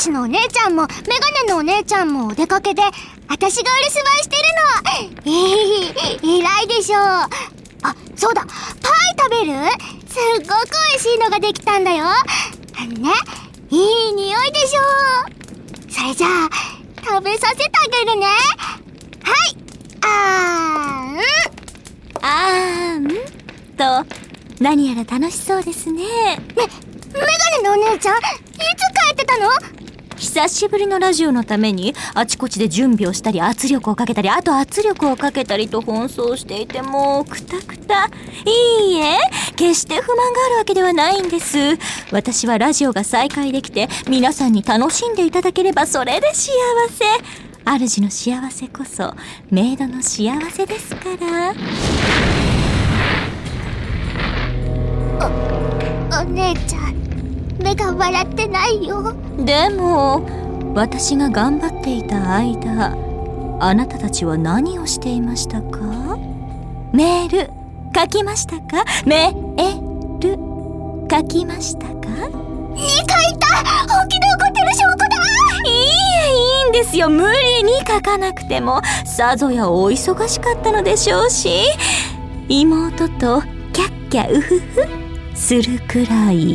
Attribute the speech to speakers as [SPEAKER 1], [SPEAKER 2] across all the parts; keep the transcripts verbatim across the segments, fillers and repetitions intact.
[SPEAKER 1] 子のお姉ちゃんもメガネのお姉ちゃんもお出かけで、私がお留守番してるの。えー、偉いでしょう。あ、そうだ、パイ食べる？すっごく美味しいのができたんだよ。あのね、いい匂いでしょう。それじゃあ食べさせてあげるね。はい、あーん
[SPEAKER 2] あーんと、何やら楽しそうですね。
[SPEAKER 1] ね、メガネのお姉ちゃん、いつ帰ってたの？
[SPEAKER 2] 久しぶりのラジオのためにあちこちで準備をしたり、圧力をかけたり、あと圧力をかけたりと奔走していて、もうクタクタ。いいえ、決して不満があるわけではないんです。私はラジオが再開できて皆さんに楽しんでいただければそれで幸せ。主の幸せこそメイドの幸せですから。
[SPEAKER 1] お、お姉ちゃん、目が笑ってないよ。
[SPEAKER 2] でも私が頑張っていた間、あなたたちは何をしていましたか？メール書きましたか？メール書きましたか？
[SPEAKER 1] に書いた。本気で怒ってる証拠だ。
[SPEAKER 2] いいえ、いいんですよ。無理に書かなくても、さぞやお忙しかったのでしょうし、妹とキャッキャウフフするくらい。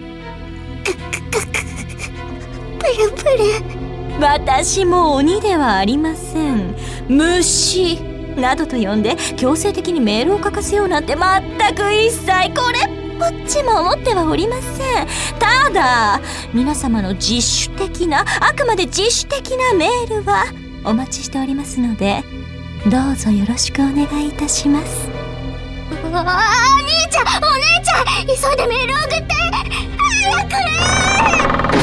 [SPEAKER 1] プルプル。
[SPEAKER 2] 私も鬼ではありません。虫などと呼んで強制的にメールを書かせようなんて全く一切これっぽっちも思ってはおりません。ただ皆様の自主的な、あくまで自主的なメールはお待ちしておりますので、どうぞよろしくお願いいたします。
[SPEAKER 1] うわー、兄ちゃん、お姉ちゃん、急いでメール送って。早くね。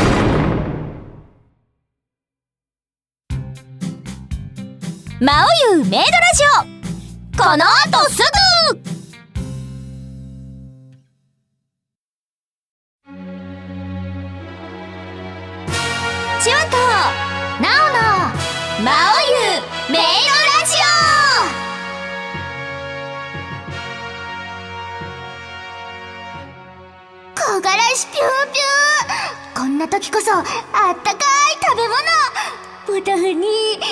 [SPEAKER 2] 魔王ゆうメイドラジオ、この後すぐ。チワとナオの魔王ゆうメイドラジ
[SPEAKER 1] オ。木枯らしピューピュー。こんな時こそあったかい食べ物。ポトフにシチューにラーメ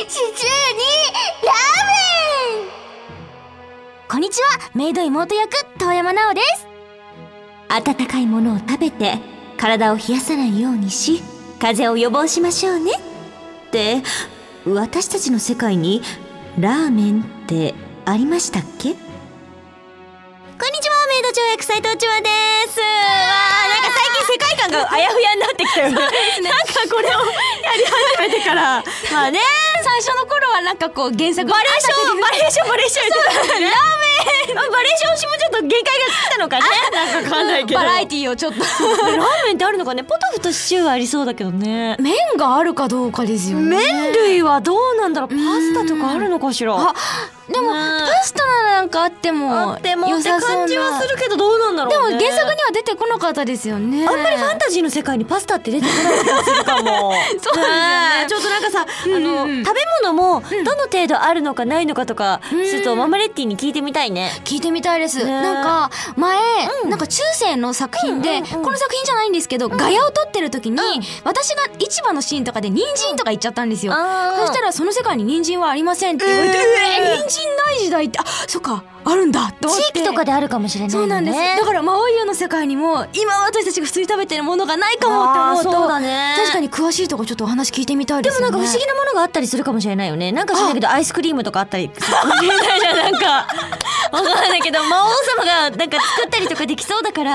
[SPEAKER 1] ン。こんにちは、メイド妹役遠山奈緒です。
[SPEAKER 2] 温かいものを食べて体を冷やさないようにし、風邪を予防しましょうね。って私たちの世界にラーメンってありましたっけ？こんにちは、メイド長役斉藤千和です。わー、なんか最近世界観があやふやになってきたよね。なんかこれをやり始めてからまあね、
[SPEAKER 3] 最初の頃はなんかこう原作
[SPEAKER 2] バリエーションバリエーションバリエーションラーメンバリエーションしもちょっと限界が来たのかね。なんかわかんないけど、
[SPEAKER 3] バラエティーをちょっと
[SPEAKER 2] ラーメンってあるのかね。ポトフとシチューはありそうだけどね。
[SPEAKER 3] 麺があるかどうかですよね。
[SPEAKER 2] 麺類はどうなんだろう。パスタとかあるのかしら。
[SPEAKER 3] あ、でもパスタならなんかあっても
[SPEAKER 2] あってもって感じはするけど、どうなんだろうね。
[SPEAKER 3] でも原作には出てこなかったですよね。
[SPEAKER 2] あんまりファンタジーの世界にパスタって出てこない気がするかも。
[SPEAKER 3] そうですよね。
[SPEAKER 2] ちょっとなんかさ、あの、
[SPEAKER 3] うんうん、
[SPEAKER 2] 食べ物もどの程度あるのかないのかとか、うん、するとママレッティに聞いてみたいね。
[SPEAKER 3] 聞いてみたいです。なんか前、うん、なんか中世の作品で、うんうんうん、この作品じゃないんですけど、うん、ガヤを取ってる時に、うん、私が市場のシーンとかで人参とか言っちゃったんですよ。うん、そしたらその世界に人参はありませんって言われて、えー、人参ない時代って、あ、そっか、あるんだと思って。
[SPEAKER 2] 地域とかであるかもしれないよね。
[SPEAKER 3] そうなんです。だから魔王湯の世界にも今私たちが普通に食べてるものがないかもって思うと、
[SPEAKER 2] そうだね、
[SPEAKER 3] 確かに詳しいとこちょっとお話聞いてみたいですよね。
[SPEAKER 2] でもなんか不思議なものがあったりするかもしれないよね。なんか知らないけどアイスクリームとかあったりするかもしれないじゃん。なんかわかんないけど魔王様がなんか作ったりとかできそうだから、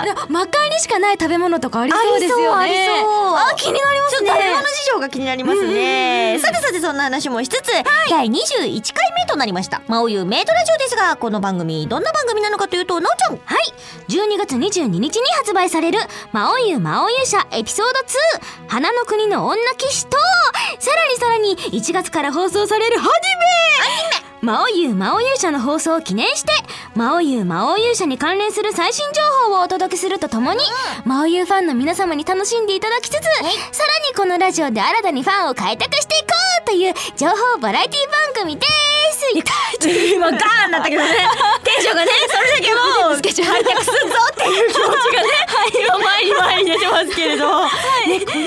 [SPEAKER 3] 魔界にしかない食べ物とかありそうですよね。
[SPEAKER 2] ありそうありそう。
[SPEAKER 3] あ、気になりますね。
[SPEAKER 2] ちょっと食べ物事情が気になりますね。さてさて、そんな話もしつつ、はい、だいにじゅういちかいめとなりました魔王湯メイドラジオですが、この番組どんな番組なのかというと、なおちゃん。
[SPEAKER 1] はい、じゅうにがつにじゅうににちに発売される魔王湯魔王勇者エピソードツー、花の国の女騎士と、さらにさらにいちがつから放送されるアニメアニメ魔王湯魔王勇者の放送を記念して、魔王湯魔王勇者に関連する最新情報をお届けするとともに、うん、魔王湯ファンの皆様に楽しんでいただきつつ、さらにこのラジオで新たにファンを開拓していこうという情報バラエティ番組です。
[SPEAKER 2] 今ガーンなったけどね、テンションがね、それだけもう開拓するぞっていう気持ちがね、今前に前に出てますけれど、はい、ね、このラジ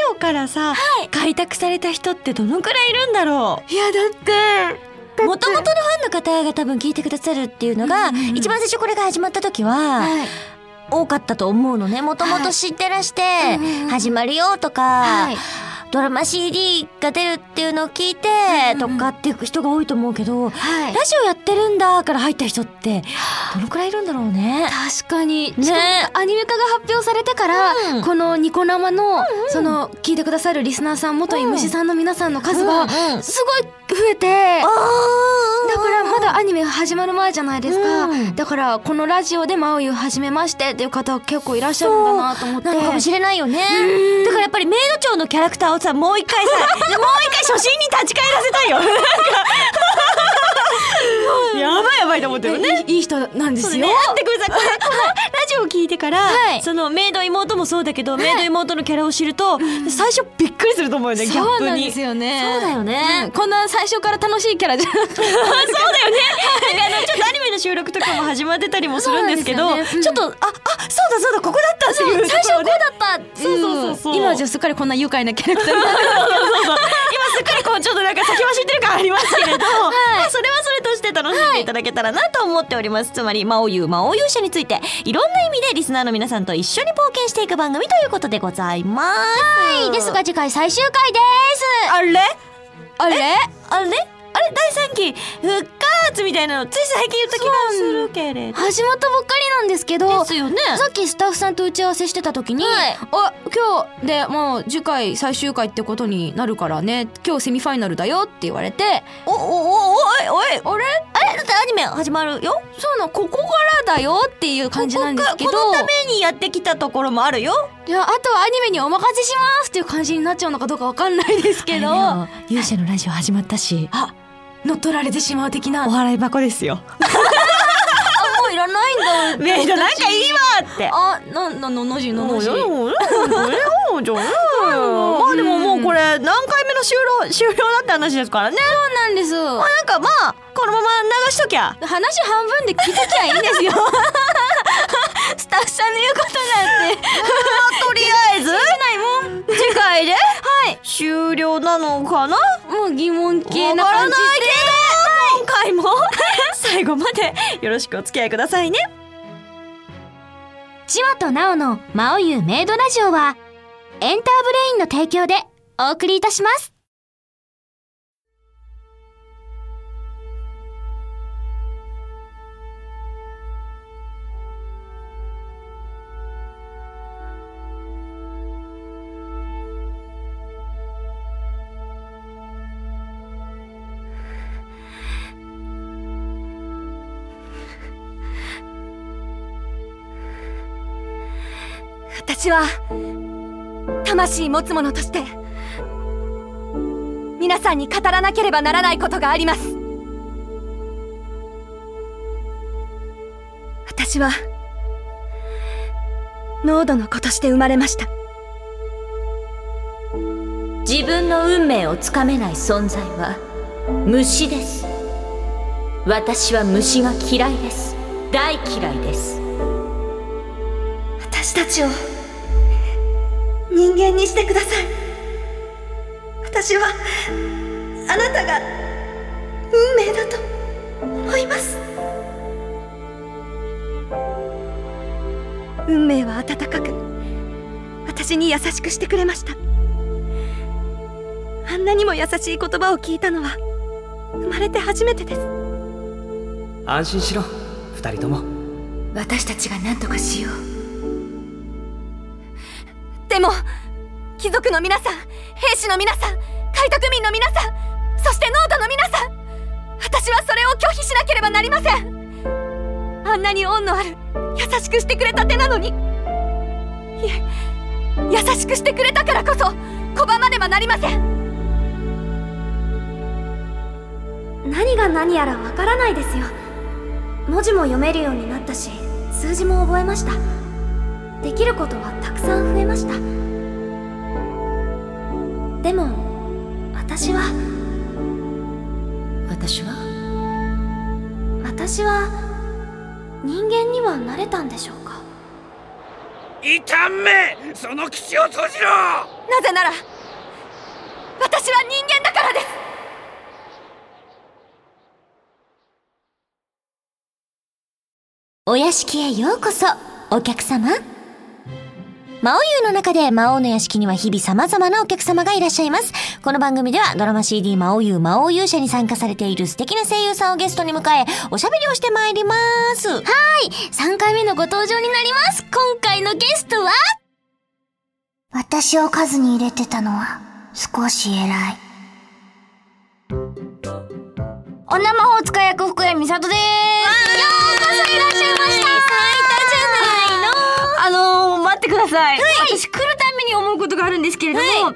[SPEAKER 2] オからさ、はい、開拓された人ってどのくらいいるんだろう。
[SPEAKER 3] いやだって
[SPEAKER 2] もともとのファンの方が多分聞いてくださるっていうのが、うんうんうん、一番最初これが始まった時は、はい、多かったと思うのね。もともと知ってらして、はい、始まるよとか、はい、ドラマ シーディー が出るっていうのを聞いて、うんうん、とかっていう人が多いと思うけど、はい、ラジオやってるんだから入った人ってどのくらいいるんだろうね。
[SPEAKER 3] 確かに、ね、しかもアニメ化が発表されてから、うん、このニコ生の、うんうん、その聞いてくださるリスナーさん、元いむしさんの皆さんの数がすごい増えて、うん、だからまだアニメが始まる前じゃないですか、うん、だからこのラジオでマオユ始めましてっていう方結構いらっしゃるんだなと思って。
[SPEAKER 2] なのかもしれないよね。だからやっぱりメイド長のキャラクターをさ、もう一回さもう一回初心に立ち返らせたいよ。やばいやばいと思ってるね。
[SPEAKER 3] いい人なんですよ。
[SPEAKER 2] だってこれさ、これこのラジオを聞いてから、はい、そのメイド妹もそうだけど、はい、メイド妹のキャラを知ると、最初びっくりすると思うよね。ギャップに。
[SPEAKER 3] そうなんですよね。
[SPEAKER 2] そうだよね、
[SPEAKER 3] うん、こんな最初から楽しいキャラじゃなくてそうだよね。
[SPEAKER 2] なんかあのちょっとアニメの収録とかも始まってたりもするんですけど、ね、うん、ちょっとああそうだそうだここだったっていう、
[SPEAKER 3] 最初こうだった。
[SPEAKER 2] そうそうそうそう。
[SPEAKER 3] 今じゃすっかりこんな愉快なキャラクターになってますけど今
[SPEAKER 2] すっかりこうちょっとなんか先走ってる感ありますけれど、はい、まあそれはそれとして楽しんでいただけたらなと思っております。つまりマオユ魔王勇者についていろんな意味でリスナーの皆さんと一緒に冒険していく番組ということでございます。
[SPEAKER 3] はい、ですが次回最終回です。
[SPEAKER 2] あれ
[SPEAKER 3] あれ
[SPEAKER 2] あれあれだいさんき復活みたいなのつい最近言った気がするけれど、
[SPEAKER 3] 始まったばっかりなんですけど
[SPEAKER 2] ですよね。
[SPEAKER 3] さっきスタッフさんと打ち合わせしてた時に、はい、あ今日でもう次回最終回ってことになるからね、今日セミファイナルだよって言われて、
[SPEAKER 2] おおおおおいおい
[SPEAKER 3] あれ
[SPEAKER 2] あれだってアニメ始まるよ。
[SPEAKER 3] そうな、ここからだよっていう感じなんですけど、
[SPEAKER 2] ここのためにやってきたところもあるよ。
[SPEAKER 3] いや、あとはアニメにお任せしますっていう感じになっちゃうのかどうかわかんないですけど、
[SPEAKER 2] 勇者のラジオ始まったし、
[SPEAKER 3] あ乗っ取られてしまう的な
[SPEAKER 2] お払い箱ですよ。
[SPEAKER 3] あ、もういらないんだ。
[SPEAKER 2] メイドなんかいいわって。
[SPEAKER 3] あ、な、な、のの字のの字。まあ
[SPEAKER 2] でももうこれ何回目の終了終了だって話ですからね。
[SPEAKER 3] そうなんです。
[SPEAKER 2] まあなんかまあこのまま流しときゃ、
[SPEAKER 3] 話半分で聞いときゃいいんですよ。スタッフさんの言うことなんて。
[SPEAKER 2] とりあえず次回で終了なのかな。
[SPEAKER 3] もう疑問系な感じで、
[SPEAKER 2] 今回も最後までよろしくお付き合いくださいね。
[SPEAKER 1] ちわとなおのマオユメイドラジオはエンターブレインの提供でお送りいたします。
[SPEAKER 4] 私は魂持つ者として皆さんに語らなければならないことがあります。私はノードの子として生まれました。
[SPEAKER 2] 自分の運命をつかめない存在は虫です。私は虫が嫌いです。大嫌いです。
[SPEAKER 4] 私たちを人間にしてください。私はあなたが運命だと思います。運命は温かく私に優しくしてくれました。あんなにも優しい言葉を聞いたのは生まれて初めてです。
[SPEAKER 5] 安心しろ、二人とも。
[SPEAKER 4] 私たちが何とかしよう。でも貴族の皆さん、兵士の皆さん、開拓民の皆さん、そしてノードの皆さん、私はそれを拒否しなければなりません。あんなに恩のある優しくしてくれた手なのに、いえ、優しくしてくれたからこそ拒まねばなりません。
[SPEAKER 6] 何が何やらわからないですよ。文字も読めるようになったし、数字も覚えました。できることはたくさん増えました。でも私は
[SPEAKER 2] 私は
[SPEAKER 6] 私は人間にはなれたんでしょうか。
[SPEAKER 7] いたんめ、その口を閉じろ。
[SPEAKER 4] なぜなら私は人間だからです。
[SPEAKER 2] お屋敷へようこそ、お客様。魔王湯の中で魔王の屋敷には日々様々なお客様がいらっしゃいます。この番組ではドラマ シーディー 魔王湯魔王勇者に参加されている素敵な声優さんをゲストに迎え、おしゃべりをしてまいります。
[SPEAKER 1] はい、さんかいめのご登場になります。今回のゲストは、
[SPEAKER 6] 私を数に入れてたのは少し偉い。
[SPEAKER 3] 女魔法使い役福山美里でーす。ようこそいらっしゃいました。
[SPEAKER 2] 咲いたじゃないの。
[SPEAKER 3] あのー、待ってください、はい、私来るたびに思うことがあるんですけれども、はい、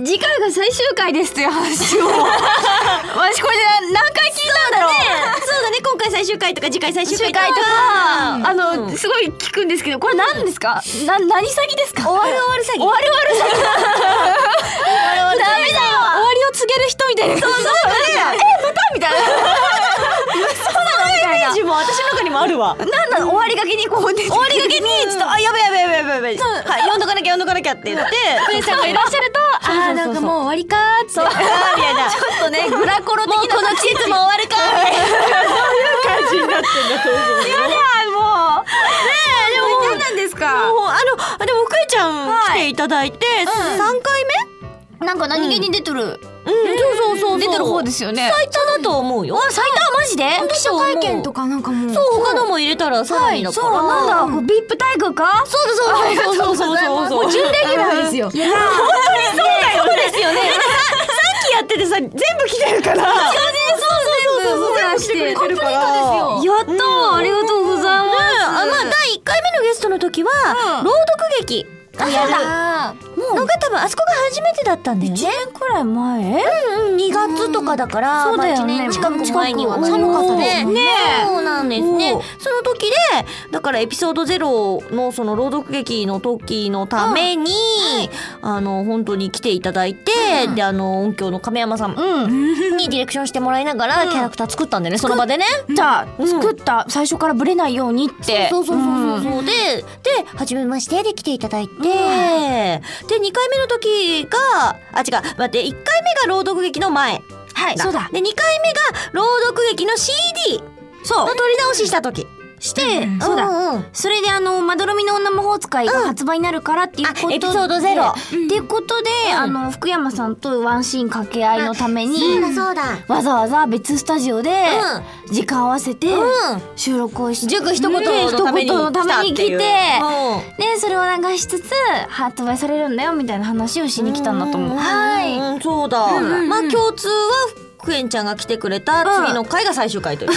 [SPEAKER 3] 次回が最終回ですという話を私これで何回聞いたんだろう。
[SPEAKER 2] そうだね、今回最終回とか次回最終回とか、
[SPEAKER 3] うん、あの、うん、すごい聞くんですけど、これ何ですか？な、何詐欺ですか？
[SPEAKER 2] 終わる終わる詐欺。
[SPEAKER 3] 終わる終わる詐欺。ダメだよ。終わりを告げる人みたいな。そうそうだね。え、またみたいな。そうなのみたいな。イメージも私の中にもあるわ。なんなの、終わりがけにこう終わりがけにちょっと、あ、やべやべやべやべやべ。はい、読んどかなきゃ読んどかなきゃって言って、クエさんがいらっしゃると、あーなんかもう終わりかーって。そうみたいな。ちょっとね、グラコロ的な。もうこの季節も終わるかーみたいな。そういう感じになってんだと思う。やだもう。ねえ、でも何なんですか。
[SPEAKER 2] もうあのでもクエちゃん来ていただいてさんかいめ？
[SPEAKER 3] なんか何気に出てる。うん、
[SPEAKER 2] そうそうそう、
[SPEAKER 3] 出てる方ですよね。
[SPEAKER 2] 最多だと思うよ。
[SPEAKER 3] あ、最多マジで？記者会見とかなんかもう。
[SPEAKER 2] そう、他のも入れたらさらにだから。
[SPEAKER 3] そうなんだ。ビップ待遇か？
[SPEAKER 2] そうだそうだそうそうそうそうそう。
[SPEAKER 3] もう準レギュラーですよ。いや本
[SPEAKER 2] 当にそうだよ。そうですよね。さんきやっててさ全部来てるから。
[SPEAKER 3] そうそうそうそう。全部してくれてるから。やったありがとうございます。
[SPEAKER 2] あ、まあだいいっかいめのゲストの時は朗読劇をやるのが多分あそこが初めてだったんだよね。いちねん
[SPEAKER 3] くらい前？
[SPEAKER 2] うんうん、にがつとかだから、
[SPEAKER 3] そうだよね。
[SPEAKER 2] いちねん近く前にはなりますね。ね、そうなんですね。その時でだからエピソードゼロのその朗読劇の時のためにあの本当に来ていただいて、であの音響の亀山さんにディレクションしてもらいながらキャラクター作ったんだよね、その場でね。
[SPEAKER 3] じゃあ作った最初からブレないようにって。
[SPEAKER 2] そうそうそうそう。でで初めましてで来ていただいて、でにかいめの時があ違う待っていっかいめが朗読劇の前。
[SPEAKER 3] はい、そうだ。
[SPEAKER 2] でにかいめが朗読劇の シーディー そうの撮り直しした時
[SPEAKER 3] して、うん、そうだ、うんうん、それであのまどろみの女魔法使いが発売になるからっていうことで、うん、エピソードゼロっていうことで、うん、あの福山さんとワンシーン掛け合いのために、
[SPEAKER 2] そうだそうだ、
[SPEAKER 3] わざわざ別スタジオで時間合わせて収録をして、
[SPEAKER 2] 塾一言のために
[SPEAKER 3] 来て、でそれを流しつつ発売されるんだよみたいな話をしに来たんだと思う。
[SPEAKER 2] はい、うん、そうだ、うん、まあ共通はクエンちゃんが来てくれた次の回が最終回という。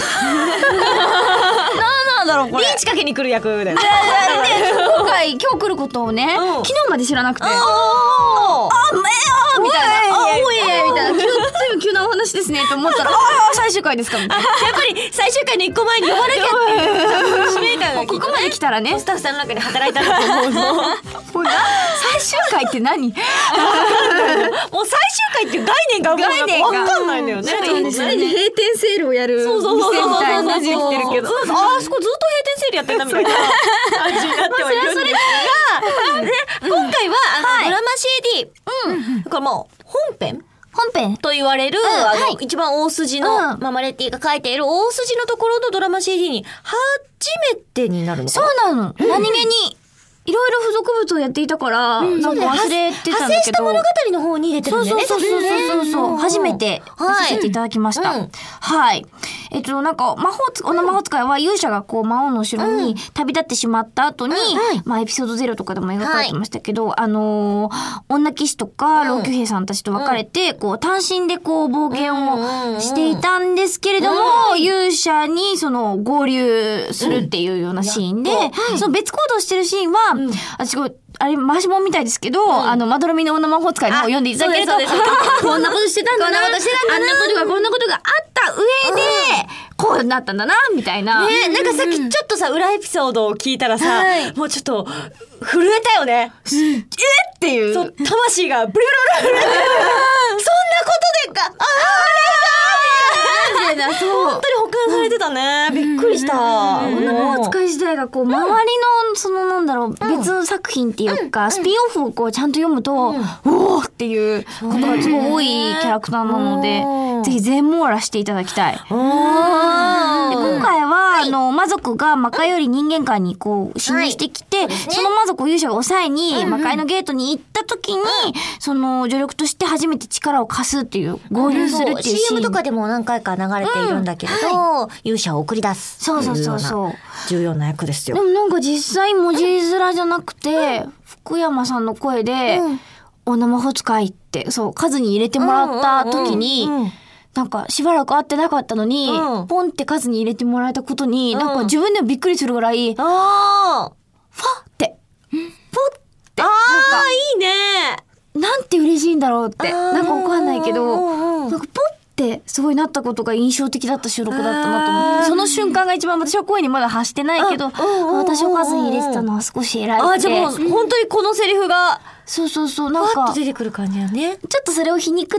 [SPEAKER 3] なんだろうこれ。
[SPEAKER 2] リーチかけに来る役だよね。
[SPEAKER 3] 今回今日来ることをね、昨日まで知らなくて、あ
[SPEAKER 2] あ
[SPEAKER 3] めあみたいな、あおいえみたいな、急に急なお話ですねと思ったら、あ最終回ですかみたいな。
[SPEAKER 2] やっぱり最終回のいっこまえに呼ばなきゃっていう使命感が
[SPEAKER 3] ここまで来たらね、
[SPEAKER 2] スタッフさんの中で働いたんだと思うの。
[SPEAKER 3] 最終回って何？もう最
[SPEAKER 2] 終回っていう概念が概念が分かんないんだよね。
[SPEAKER 3] 何で閉店セールをやる店みたいなできてるけど、
[SPEAKER 2] あそこずっと閉店セールやってんだみたいな感じになってはいるんですが、今回はあのドラマ シーディー、だからもう本編
[SPEAKER 3] 本編
[SPEAKER 2] と言われる、うん、あの、はい、一番大筋の、うん、ママレッティが書いている大筋のところのドラマ シーディー に初めてになるのかな。
[SPEAKER 3] そうなの、うん、何気にいろいろ付属物をやっていたから、うん、なんか忘れてたんだけど、
[SPEAKER 2] 派生した物語の方に入れてるんだよね。
[SPEAKER 3] そうそうそうそうそう、うん、初めて出させていただきました。はい。うんはい、えっとなんか魔法女魔法使いは勇者がこう魔王の城に旅立ってしまった後に、うん、まあエピソードゼロとかでも描かれてましたけど、はい、あのー、女騎士とか老宮兵さんたちと別れて、うん、こう単身でこう冒険をしていたんですけれども、うん、勇者にその合流するっていうようなシーンで、うん、その別行動してるシーンは、うん、私こうあれ回し本みたいですけど、うん、あのまどろみの女魔法使いの方を読んでいただけると、こんなことしてたんだな、こんなことしてたんだな、あんなことがこんなことがあった上で、うん、こうなったんだなみたいな。
[SPEAKER 2] ね、なんかさっきちょっとさ裏エピソードを聞いたらさ、はい、もうちょっと震えたよね。うん、えっていう。そう魂がブルブルブルブル。そんなことでか。ああ。
[SPEAKER 3] なな、そう
[SPEAKER 2] 本当に保管されてたね。びっくりした。
[SPEAKER 3] 女魔法使い時代がこう周りのそのなんだろう別作品っていうかスピンオフをこうちゃんと読むとおおっていうことがすごい多いキャラクターなのでぜひ全網羅していただきたい。で今回はあの魔族が魔界より人間界にこう侵入してきてその魔族を勇者が抑えに魔界のゲートに行った時にその助力として初めて力を貸すっていう合流するっていうシーン
[SPEAKER 2] シーエム とかでも何回か流れているんだけれど、勇者を送り出す
[SPEAKER 3] そうそうそうそう
[SPEAKER 2] 重要な役ですよ。
[SPEAKER 3] でもなんか実際文字面じゃなくて、福山さんの声で、お生魔法使いってそう数に入れてもらった時に、なんかしばらく会ってなかったのに、ポンって数に入れてもらえたことに、なんか自分でもびっくりするぐらい、
[SPEAKER 2] あ
[SPEAKER 3] ファってポッって
[SPEAKER 2] あーいいね。
[SPEAKER 3] なんて嬉しいんだろうってなんかわかんないけど、なんかポッってすごいなったことが印象的だった収録だったなと思って、その瞬間が一番私は声にまだ発してないけど、私を数に入れてたのは少し偉いって。
[SPEAKER 2] あ、じゃあもう本当にこのセリフが
[SPEAKER 3] そうそうそうなんか
[SPEAKER 2] パッと出てくる感じだね。
[SPEAKER 3] ちょっとそれを皮肉って、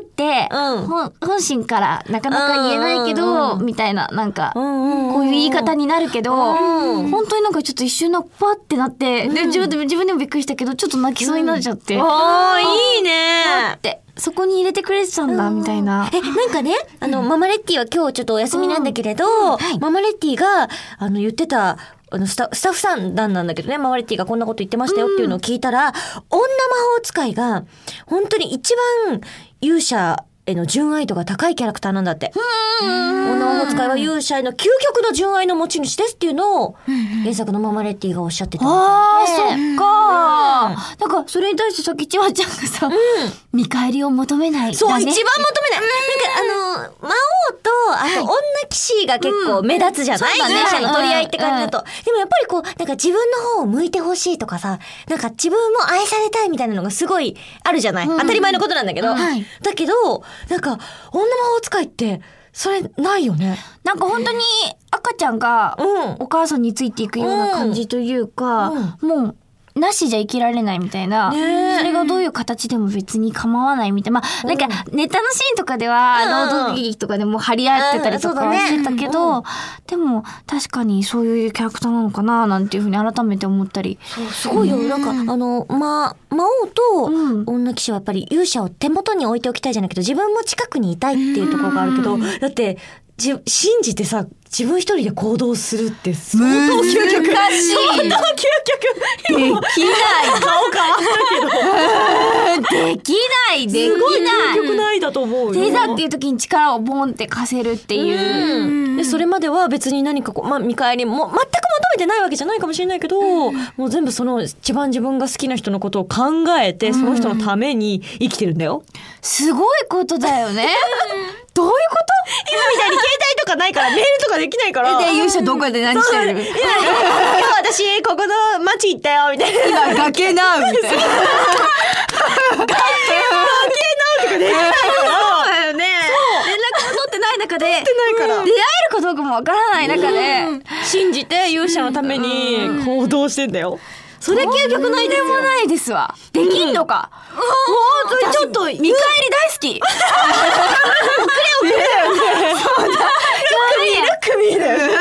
[SPEAKER 3] うん、本, 本心からなかなか言えないけど、うんうんうん、みたいななんか、うんうん、こういう言い方になるけど、うん、本当になんかちょっと一瞬なんかパッてなって、うん、で自分で自分でもびっくりしたけどちょっと泣きそうになっちゃって、うん、
[SPEAKER 2] あーいいね
[SPEAKER 3] ってそこに入れてくれてたんだ、うん、みたいな。
[SPEAKER 2] えなんかねあの、うん、ママレッティは今日ちょっとお休みなんだけれど、うんはい、ママレッティがあの言ってたあのスタ、スタッフさんなんだけどね、ママレッティがこんなこと言ってましたよっていうのを聞いたら、うん、女魔法使いが本当に一番勇者への純愛度が高いキャラクターなんだって。女魔法使いは勇者への究極の純愛の持ち主ですっていうのを原作のママレッティがおっしゃってたんだよね。
[SPEAKER 3] あー、そっかー、うん。なんかそれに対してさっきちわちゃんがさ、うん、見返りを求めない、ね。
[SPEAKER 2] そう、一番求めない。なんかあの魔王とあと女騎士が結構目立つじゃない？勇者の取り合いって感じだと。でもやっぱりこうなんか自分の方を向いてほしいとかさ、なんか自分も愛されたいみたいなのがすごいあるじゃない？うん、当たり前のことなんだけど、はい、だけどなんか女魔法使いってそれないよね。
[SPEAKER 3] なんか本当に赤ちゃんがお母さんについていくような感じというか、うんうん、もうなしじゃ生きられないみたいな、ね、それがどういう形でも別に構わないみたいな、まあ、なんかネタのシーンとかでは労働劇とかでも張り合ってたりとかしてたけど、うんね、でも確かにそういうキャラクターなのかななんていうふうに改めて思ったり。
[SPEAKER 2] そうすごいよ、うん、なんかあの、ま、魔王と女騎士はやっぱり勇者を手元に置いておきたいじゃないけど自分も近くにいたいっていうところがあるけど、うん、だってじ信じてさ自分一人で行動するって相当究極。
[SPEAKER 3] 難しい。
[SPEAKER 2] 相当究極。で
[SPEAKER 3] きない。顔
[SPEAKER 2] 変わった
[SPEAKER 3] けど。できないできない。
[SPEAKER 2] すごい究極ないだと思うよ。
[SPEAKER 3] いざっていう時に力をボンって貸せるっていう。
[SPEAKER 2] うん、でそれまでは別に何かこう、まあ、見返りも全く求めてないわけじゃないかもしれないけど、うん、もう全部その一番自分が好きな人のことを考えてその人のために生きてるんだよ。
[SPEAKER 3] すごいことだよね。どういうこと？
[SPEAKER 2] 今みたいに携帯とかないからメールとかできないから。
[SPEAKER 3] で勇者どこで何してる？今
[SPEAKER 2] 私ここの町行ったよみたいな。
[SPEAKER 3] 今崖なうみたいな。崖なうとかできないから。そうだよね。連絡も取ってない中で
[SPEAKER 2] 取ってないから
[SPEAKER 3] 出会えるかどうかもわからない中で
[SPEAKER 2] 信じて勇者のために行動してんだよ。それ究極ない
[SPEAKER 3] でもないですわ。できんのか。
[SPEAKER 2] うん、ちょっと見返り
[SPEAKER 3] 大好き。
[SPEAKER 2] 遅れ遅れだよね。そうだ。ルクミルクミル。払った分だけ対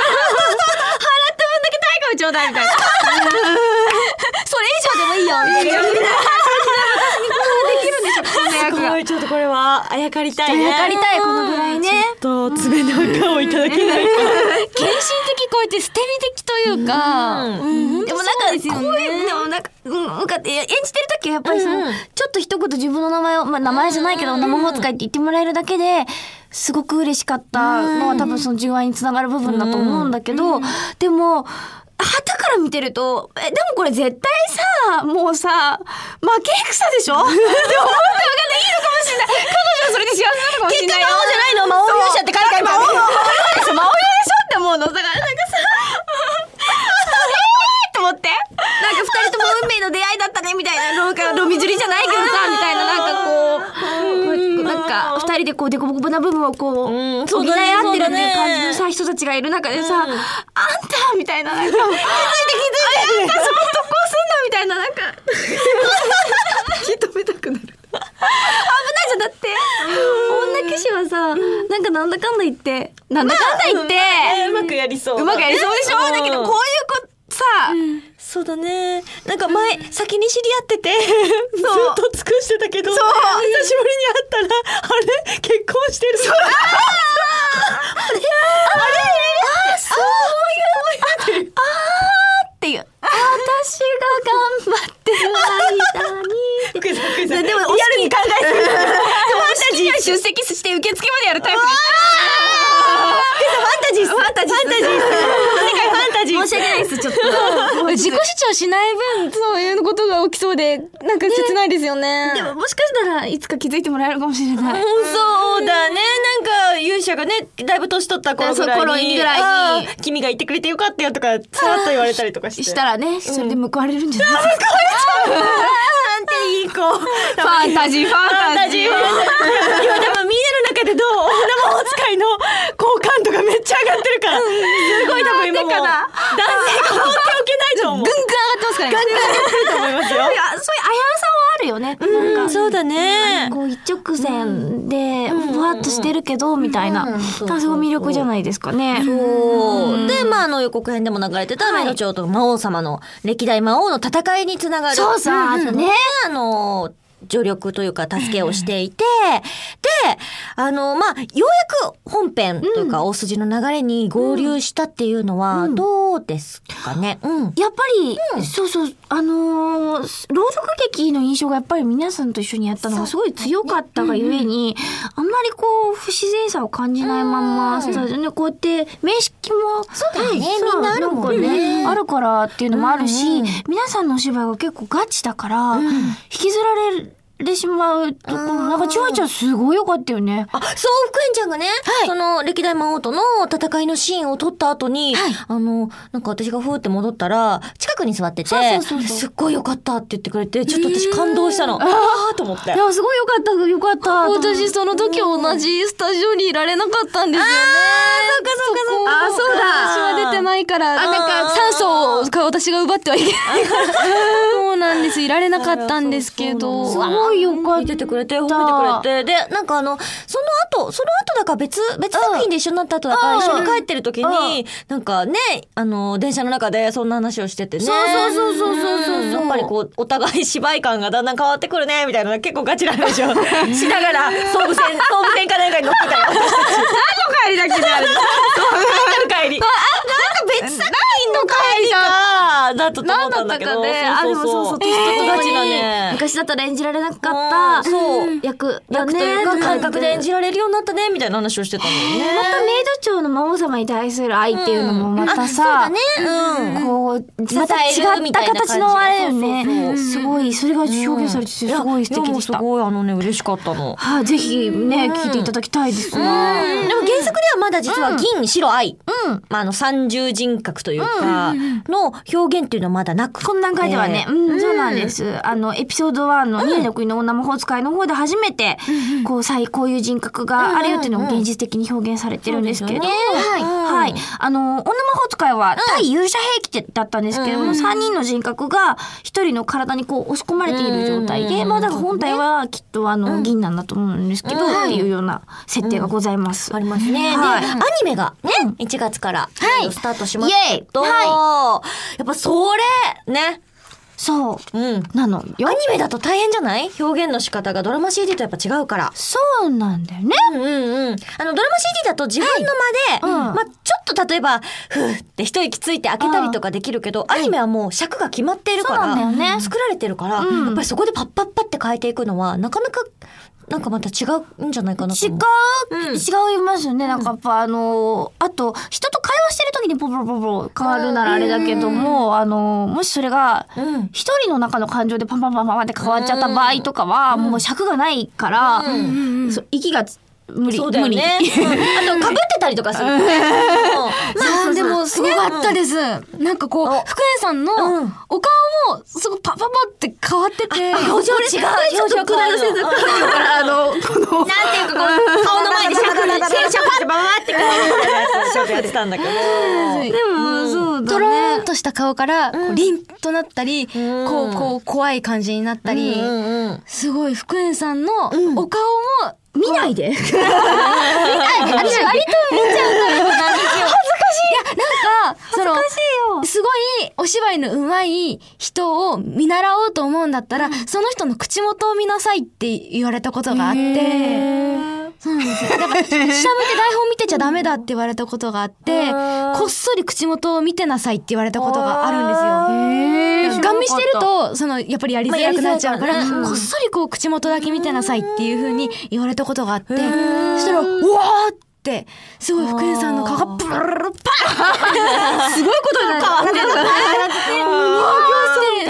[SPEAKER 2] 価をちょうだいみたいな。
[SPEAKER 3] それ以上でもいいよみたいな。できるんでしょ。この役が。
[SPEAKER 2] すごいちょっとこれはあやかりたいね。
[SPEAKER 3] あやかりたいこのぐらいね。
[SPEAKER 2] ちょっと爪の赤をいただけないか。
[SPEAKER 3] 献身的こうやって捨て身的というか。うんうん、でもなんかこういうでもなんかうんなんか演じてる時はやっぱりその、うんうん、ちょっと一言自分の名前をまあ名前じゃないけど生魔法使いって言ってもらえるだけですごく嬉しかったのは多分その純愛につながる部分だと思うんだけど、うん、でも旗から見てるとえでもこれ絶対さもうさ負け戦でしょって思ってわかんないいいのかもしれない彼女はそれで幸せなのかもしれないよ。
[SPEAKER 2] 結果魔王じゃないの魔王勇者って書いてあるからね。
[SPEAKER 3] 魔王でしょ魔王でしょって思うのだからなんかさえーと思ってなんか二人とも運命の出会いだったねみたいななんかロミジュリじゃないけどさみたいななんかこうなんか二人でこうデコボコな部分をこう補い合ってるっていう感じのさ人たちがいる中でさ、うん、あんたみたいななんか気づいて気づいてあんたその特攻すんだみたいななんか引き止めたくなる危ないじゃんだって女騎
[SPEAKER 6] 騎士はさ、なんかなんだかんだ言ってなんだかんだ言って、
[SPEAKER 2] うまくやりそう
[SPEAKER 6] うまくやりそうでしょ、だけどこういう子さ、
[SPEAKER 2] そうだね。なんか前、先に知り合っててずっと尽くしてたけど、久しぶりに会ったらあれ結婚してる。そうあれあれあそういうあ
[SPEAKER 6] あっていう、私が頑張ってる間にでもリアルに考えてる。ファンタジー出席して受付までやるタイプです。ファンタジーファンタジーファンタジー世界ファンタジー。申し訳ないです、ちょっと
[SPEAKER 3] 自己主張しない分そういうことが起きそうでなんか切ないですよね。
[SPEAKER 6] でももしかしたらいつか気づいてもらえるかもしれない。
[SPEAKER 2] そうだね。なんか勇者がねだいぶ年取った頃ぐらいに、
[SPEAKER 6] 頃にぐらいに
[SPEAKER 2] 君が言ってくれてよかったよとかさらっと言われたりとかして
[SPEAKER 6] したらね、それで報われるんじゃないですか。
[SPEAKER 2] なんていい子。フ
[SPEAKER 6] ァンタジーファンタジー。
[SPEAKER 2] 今多分みんなの中でどう女魔法使いの好感度がめっちゃ上がってるから、すごい多分今もう男性が放っておけないと思う。
[SPEAKER 6] ぐんぐん上がってますからね。
[SPEAKER 2] ガンガン上がってると思いますよ。
[SPEAKER 6] いや、そういう危うさはあるよね。なんか
[SPEAKER 2] そうだね。
[SPEAKER 6] こう一直線でふわっとしてるけどみたいな、それが魅力じゃないですかね。
[SPEAKER 2] そうで、まああの予告編でも流れてたメイド長と魔王様の歴代魔王の戦いにつながる、
[SPEAKER 6] そうそうね、
[SPEAKER 2] あの助力というか助けをしていて、で、あの、まあ、ようやく本編というか大筋の流れに合流したっていうのはどうですかね。うん。
[SPEAKER 6] やっぱり、うん、そうそう、あのー、朗読劇の印象がやっぱり皆さんと一緒にやったのがすごい強かったがゆえに、あんまりこう、不自然さを感じないまんま、スタジオね、こうやって名式も、
[SPEAKER 2] そうだね、みんなあるもんね。
[SPEAKER 6] あるからっていうのもあるし、うん、皆さんのお芝居が結構ガチだから、うん、引きずられる、でしまうところ、なんかちわちゃんすごい良かったよね。
[SPEAKER 2] あ、そう、福円ちゃんがね、はい、その歴代魔王との戦いのシーンを撮った後に、はい、あの、なんか私がふーって戻ったら、近くに座ってて、そうそうそうそう、すっごい良かったって言ってくれて、ちょっと私感動したの。ああと思って。
[SPEAKER 6] いや、すごい良かった、良かった。
[SPEAKER 3] 私その時同じスタジオにいられなかったんですよね。
[SPEAKER 2] あー、そうかそうかそうか。
[SPEAKER 3] あ、そうだ。私は出てないから、あ、なんか酸素を私が奪ってはいけないから。そうなんです、いられなかったんですけど。
[SPEAKER 6] すごい良かった。
[SPEAKER 2] 見ててくれて、褒めてくれて、で、なんかあの、その後、その後だから別、別作品で一緒になった後だから、一緒に帰ってる時に、なんかね、あの、電車の中でそんな話をしててね。
[SPEAKER 6] そうそうそうそうそうそう。
[SPEAKER 2] やっぱりこう、お互い芝居感がだんだん変わってくるね、みたいな、結構ガチなんでしょ。しながら、総武線、総武線かなんかに乗ってたよ。何の
[SPEAKER 6] 帰りだっけね、あれ。
[SPEAKER 2] 何の帰り。あ、なんか別作品の帰りか、だと思ったんだけど。
[SPEAKER 6] あ、でもそうそう、年とガチだね。昔だったら演じられなかった、そう、役だね。
[SPEAKER 2] 役というか、感覚で演じられるようになったね、みたいな話をしてたんだよね。
[SPEAKER 6] またメイド長の魔王様に対する愛っていうのもまたさ、こう、また違った形のあれよね。すごい、それが表現されてて、すごい素敵でした。
[SPEAKER 2] すごい、あのね、嬉しかったの。
[SPEAKER 6] はい、ぜひね、聞いていただきたいですわ。
[SPEAKER 2] でも原作ではまだ実は銀、白、愛、まあ、あの、三重人格というか、の表現っていうのはまだなくて。
[SPEAKER 6] この段階ではね、うん、そうなんです。あの、エピソードワンのにいの国の女魔法使いの方で初めて、こう、こういう人格があるよっていうのも現実的に表現されてるんですけど、はい。はい。あの、女魔法使いは対勇者兵器だったんですけども、さんにんの人格がひとりの体にこう押し込まれている状態で、まあだから本体はきっとあの、銀なんだと思うんですけど、っていうような設定がございます。
[SPEAKER 2] ありますね。で、アニメがね、いちがつからスタートしますけど、やっぱそれ、ね。
[SPEAKER 6] そう。うん。なのよ。
[SPEAKER 2] アニメだと大変じゃない？表現の仕方がドラマ シーディー とやっぱ違うから。
[SPEAKER 6] そうなんだよね。
[SPEAKER 2] うんうんうん。あの、ドラマ シーディー だと自分の間で、はい、うん、まあちょっと例えば、ふーって一息ついて開けたりとかできるけど、アニメはもう尺が決まっているから、ね、作られてるから、うん、やっぱりそこでパッパッパって変えていくのは、なかなか、なんかまた違うんじゃないかなと思う。
[SPEAKER 6] 違う、うん、違いますよね。なんかやっぱあのー、あと、人と会話してる時にポロポロポロ変わるならあれだけども、うん、あのー、もしそれが、一人の中の感情でパンパンパンパンって変わっちゃった場合とかは、うん、もう尺がないから、うん、息が無理。
[SPEAKER 2] そうだよね。あと、被ってたりとかする。ま
[SPEAKER 3] あ、でも、すごかったです。なんかこう、福江さんのお顔も、すごいパパパって変わってて。
[SPEAKER 2] 表情違う。表情変わるの。だから、あの、この、なんていうか、こう、顔の前でシャカシャカってババって変わるみたいなやつをやってたんだけど。
[SPEAKER 6] でも、そうだね。
[SPEAKER 3] トローンととした顔からこう凛となったり、
[SPEAKER 2] うん
[SPEAKER 3] こうこう怖い感じになったり、
[SPEAKER 2] うんうんうん、
[SPEAKER 3] すごい福円さんのお顔も
[SPEAKER 6] 見ないで。
[SPEAKER 3] 私割と見ちゃうタイプなんですよ。恥ずかしい。いやなんかそのすごいお芝居の上手い人を見習おうと思うんだったら、うん、その人の口元を見なさいって言われたことがあって。そうなんですよ。だから下向いて台本見てちゃダメだって言われたことがあって、こっそり口元を見てなさいって言われたことがあるんですよ。ガン見してるとそのやっぱりやりづらくなっちゃうから、まあうん、こっそりこう口元だけ見てなさいっていう風に言われたことがあって、そしたらうわーってすごい福円さんの顔がブルルルパーすごいことになって、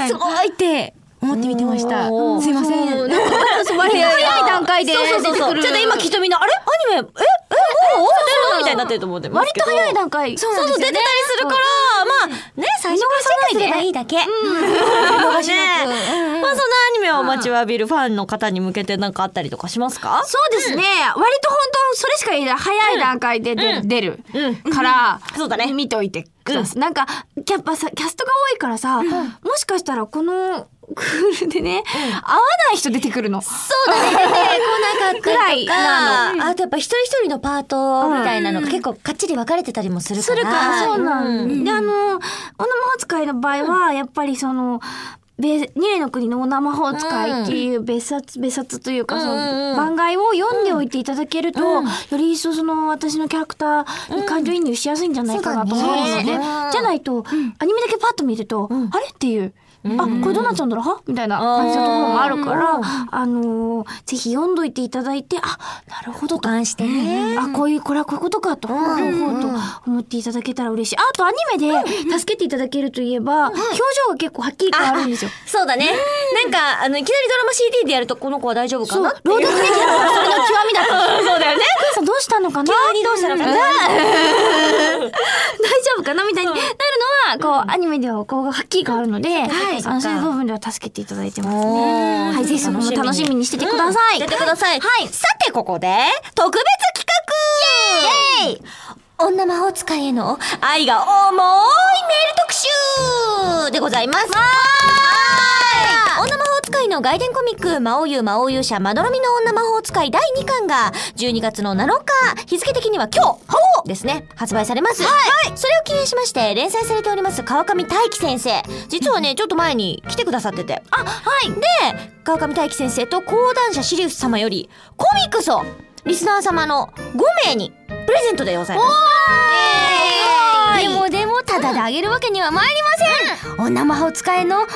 [SPEAKER 3] すごいって思って見てました。すいません。早い段階で出てくる。
[SPEAKER 2] そうそうそう。ちょっと今きっとみんなあれアニメええおお出るのみたいになってると思ってますけど。
[SPEAKER 6] 割と早い段階。
[SPEAKER 2] そうそう出てたりするからまあね最初からチェックすればいいだけ。うん。ね。まあそのアニメを待ちわびるファンの方に向けて何かあったりとかしますか？
[SPEAKER 6] そうですね。割と本当それしか言えない早い段階で出るから
[SPEAKER 2] そうだね
[SPEAKER 6] 見といてください。なんかキャッパさキャストが多いからさ、もしかしたらこのクールでね、うん、合わない人出てくるの。
[SPEAKER 2] そうだね。出てこなかったりとか、あとやっぱ一人一人のパートみたいなのが結構かっちり分かれてたりもするから。
[SPEAKER 6] するから、そうなん、うん、で、あの、おなまほ使いの場合は、やっぱりその、ニレの国のおなまほ使いっていう別冊、別冊というか、その番外を読んでおいていただけると、うん、より一層その私のキャラクターに感情移入しやすいんじゃないかなと思うので、うんね、じゃないと、うん、アニメだけパッと見ると、うん、あれっていう、あ、これどうなっちゃうんだろうはみたいな感じのところもあるから、あのー、ぜひ読んどいていただいて、あ、なるほどと。
[SPEAKER 2] 安してね。
[SPEAKER 6] あ、こういう、これはこういうことかと、ほうほうほうと思っていただけたら嬉しい。あとアニメで助けていただけるといえば、表情が結構はっきり変わるんですよ。
[SPEAKER 2] そうだね。なんか、あの、いきなりドラマ シーディー でやると、この子は大丈夫かなっていう。
[SPEAKER 6] 朗読できるのがそれの極みだった。
[SPEAKER 2] そうだよね。
[SPEAKER 6] お母さんどうしたのかな
[SPEAKER 2] 急にどうしたのかな
[SPEAKER 6] 大丈夫かなみたいになるのは、こう、アニメではこうがはっきり変わるので、あの、そういう部分では助けていただいてますね。はい、ぜひそこも楽しみにしててください。
[SPEAKER 2] しててください。はい。さて、ここで、特別企画イエーイ女魔法使いへの愛が重いメール特集でございます。わーい女魔法使いの外伝コミック、魔王優魔王勇者まどろみの女魔法使いだいにかんがじゅうにがつのなのか、日付的には今日ですね、発売されます。はい。それを記念しまして連載されております川上大輝先生、実はねちょっと前に来てくださってて、あ、はい。で、川上大輝先生と講談社シリウス様よりコミックスをリスナー様のごめいにプレゼントでございます。
[SPEAKER 3] おーい。でもでもただであげるわけには参りません。うん、女魔法使いの重い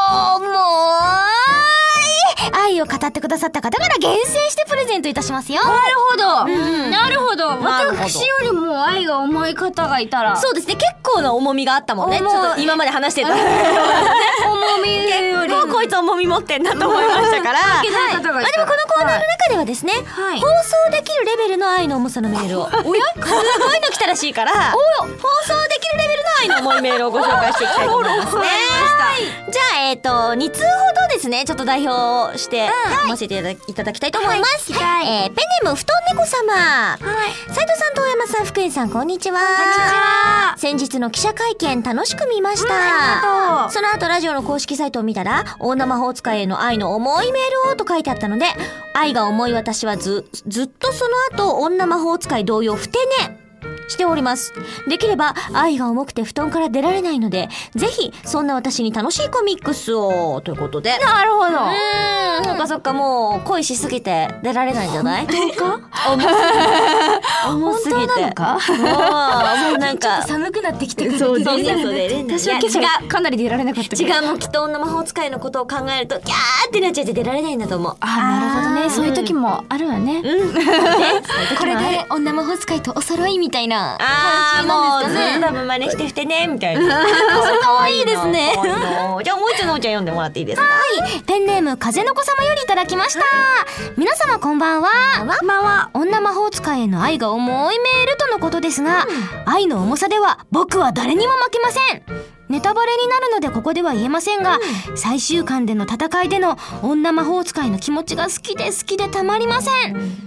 [SPEAKER 3] 愛を語ってくださった方から厳選してプレゼントいたしますよ。
[SPEAKER 6] なるほど、うん、なるほど。私よりも愛が重い方がいたら、
[SPEAKER 2] そうですね、結構な重みがあったもんね。ちょっと今まで話してた
[SPEAKER 6] 重みより
[SPEAKER 2] 結構こいつ重み持ってんなと思いましたから、はい、まあでもこのコーナーの中ではですね、はい、放送できるレベルの愛の重さのメールをおやすごいの来たらしいから、放送できるレベルの愛の重いメールをご紹介していきたいと思いますね。じゃあえっとに通ほどですね、ちょっと代表して読ませていただ、いただきたいと思います。はい、えー、ペンネーム布団猫様、はい、斉藤さん、遠山さん、福井さん、こんにちは。こんにちは。先日の記者会見楽しく見ました。うん、その後ラジオの公式サイトを見たら、女魔法使いへの愛の重いメールをと書いてあったので、愛が重い私はずずっとその後女魔法使い同様ふてねしております。できれば愛が重くて布団から出られないので、ぜひそんな私に楽しいコミックスをということで。
[SPEAKER 6] なるほど。う
[SPEAKER 2] ーん、そっかそっか、もう恋しすぎて出られないんじゃない？
[SPEAKER 6] 本当か？
[SPEAKER 2] 重すぎて。
[SPEAKER 6] 本当なのか？
[SPEAKER 2] もうなんか
[SPEAKER 3] 寒くなってきてる。
[SPEAKER 2] そうそうそう。
[SPEAKER 6] 私は今朝かなり出られなかったけど。
[SPEAKER 2] 違う、もうきっと女魔法使いのことを考えるとキャーってなっちゃって出られないんだと思う。
[SPEAKER 6] あ、なるほどね。そういう時もあるわね。うん。
[SPEAKER 3] これで女魔法使いとお揃いみたいな。
[SPEAKER 2] あー、もうずっと多分真似してふてねみたいな。
[SPEAKER 3] 可愛いですね。
[SPEAKER 2] じゃあもう一度のおちゃん読んでもらっていいですか？
[SPEAKER 3] はい。ペンネーム風の子様よりいただきました。皆様こんばんは。
[SPEAKER 6] こんばんは。
[SPEAKER 3] 女魔法使いへの愛が重いメールとのことですが、愛の重さでは僕は誰にも負けません。ネタバレになるのでここでは言えませんが、うん、最終巻での戦いでの女魔法使いの気持ちが好きで好きでたまりません。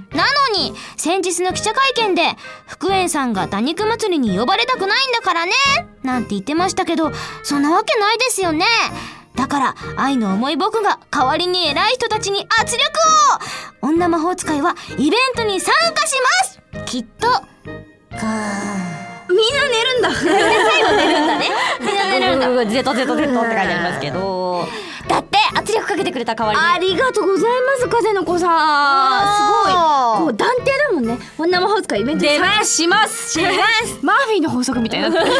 [SPEAKER 1] なのに先日の記者会見で福円さんが打肉祭りに呼ばれたくないんだからねなんて言ってましたけど、そんなわけないですよね。だから愛の重い僕が代わりに偉い人たちに圧力を。女魔法使いはイベントに参加しますきっと。か
[SPEAKER 6] みんな寝るんだ。
[SPEAKER 2] 最後寝るんだね。みんな寝るんだ。ゼトゼトゼトって書いてありますけど、だって圧力かけてくれた代わりに。
[SPEAKER 6] ありがとうございます風の子さん。すごいこう断定だもんね。女魔法使いイベントに参加しますしますマーフィーの法則みたいな。します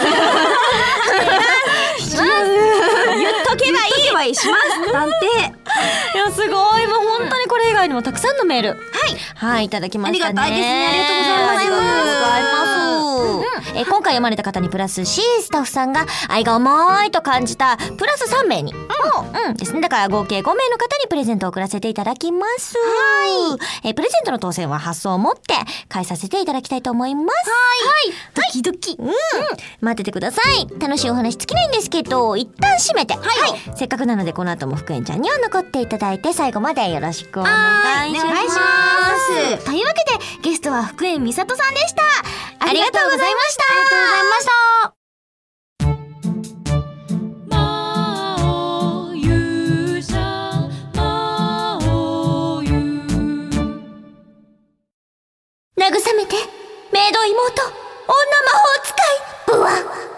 [SPEAKER 6] 言っとけばいい。言っとけばいい。します断定。
[SPEAKER 2] いやすごい。もう本当にこれ以外にもたくさんのメールはいはいいただきましたね。
[SPEAKER 6] ありがたいですね。ありがとうございます。
[SPEAKER 2] ありがとうございます。え今回読まれた方にプラス C スタッフさんが愛が重いと感じたプラスさんめいに、うん、うんですね。だから合計ごめいの方にプレゼントを送らせていただきます。はい。えプレゼントの当選は発送をもって返させていただきたいと思います。はい。ドキドキ。うん。待っててください。楽しいお話尽きないんですけど一旦閉めて。はい。せっかくなのでこの後も福円ちゃんには残っていただいて最後までよろしくお願いします。
[SPEAKER 1] お願いします。というわけでゲストは福円美里さんでした。ありがとうございました。
[SPEAKER 6] ありがとうございました。
[SPEAKER 2] 慰めてメイド妹女魔法使いブワ。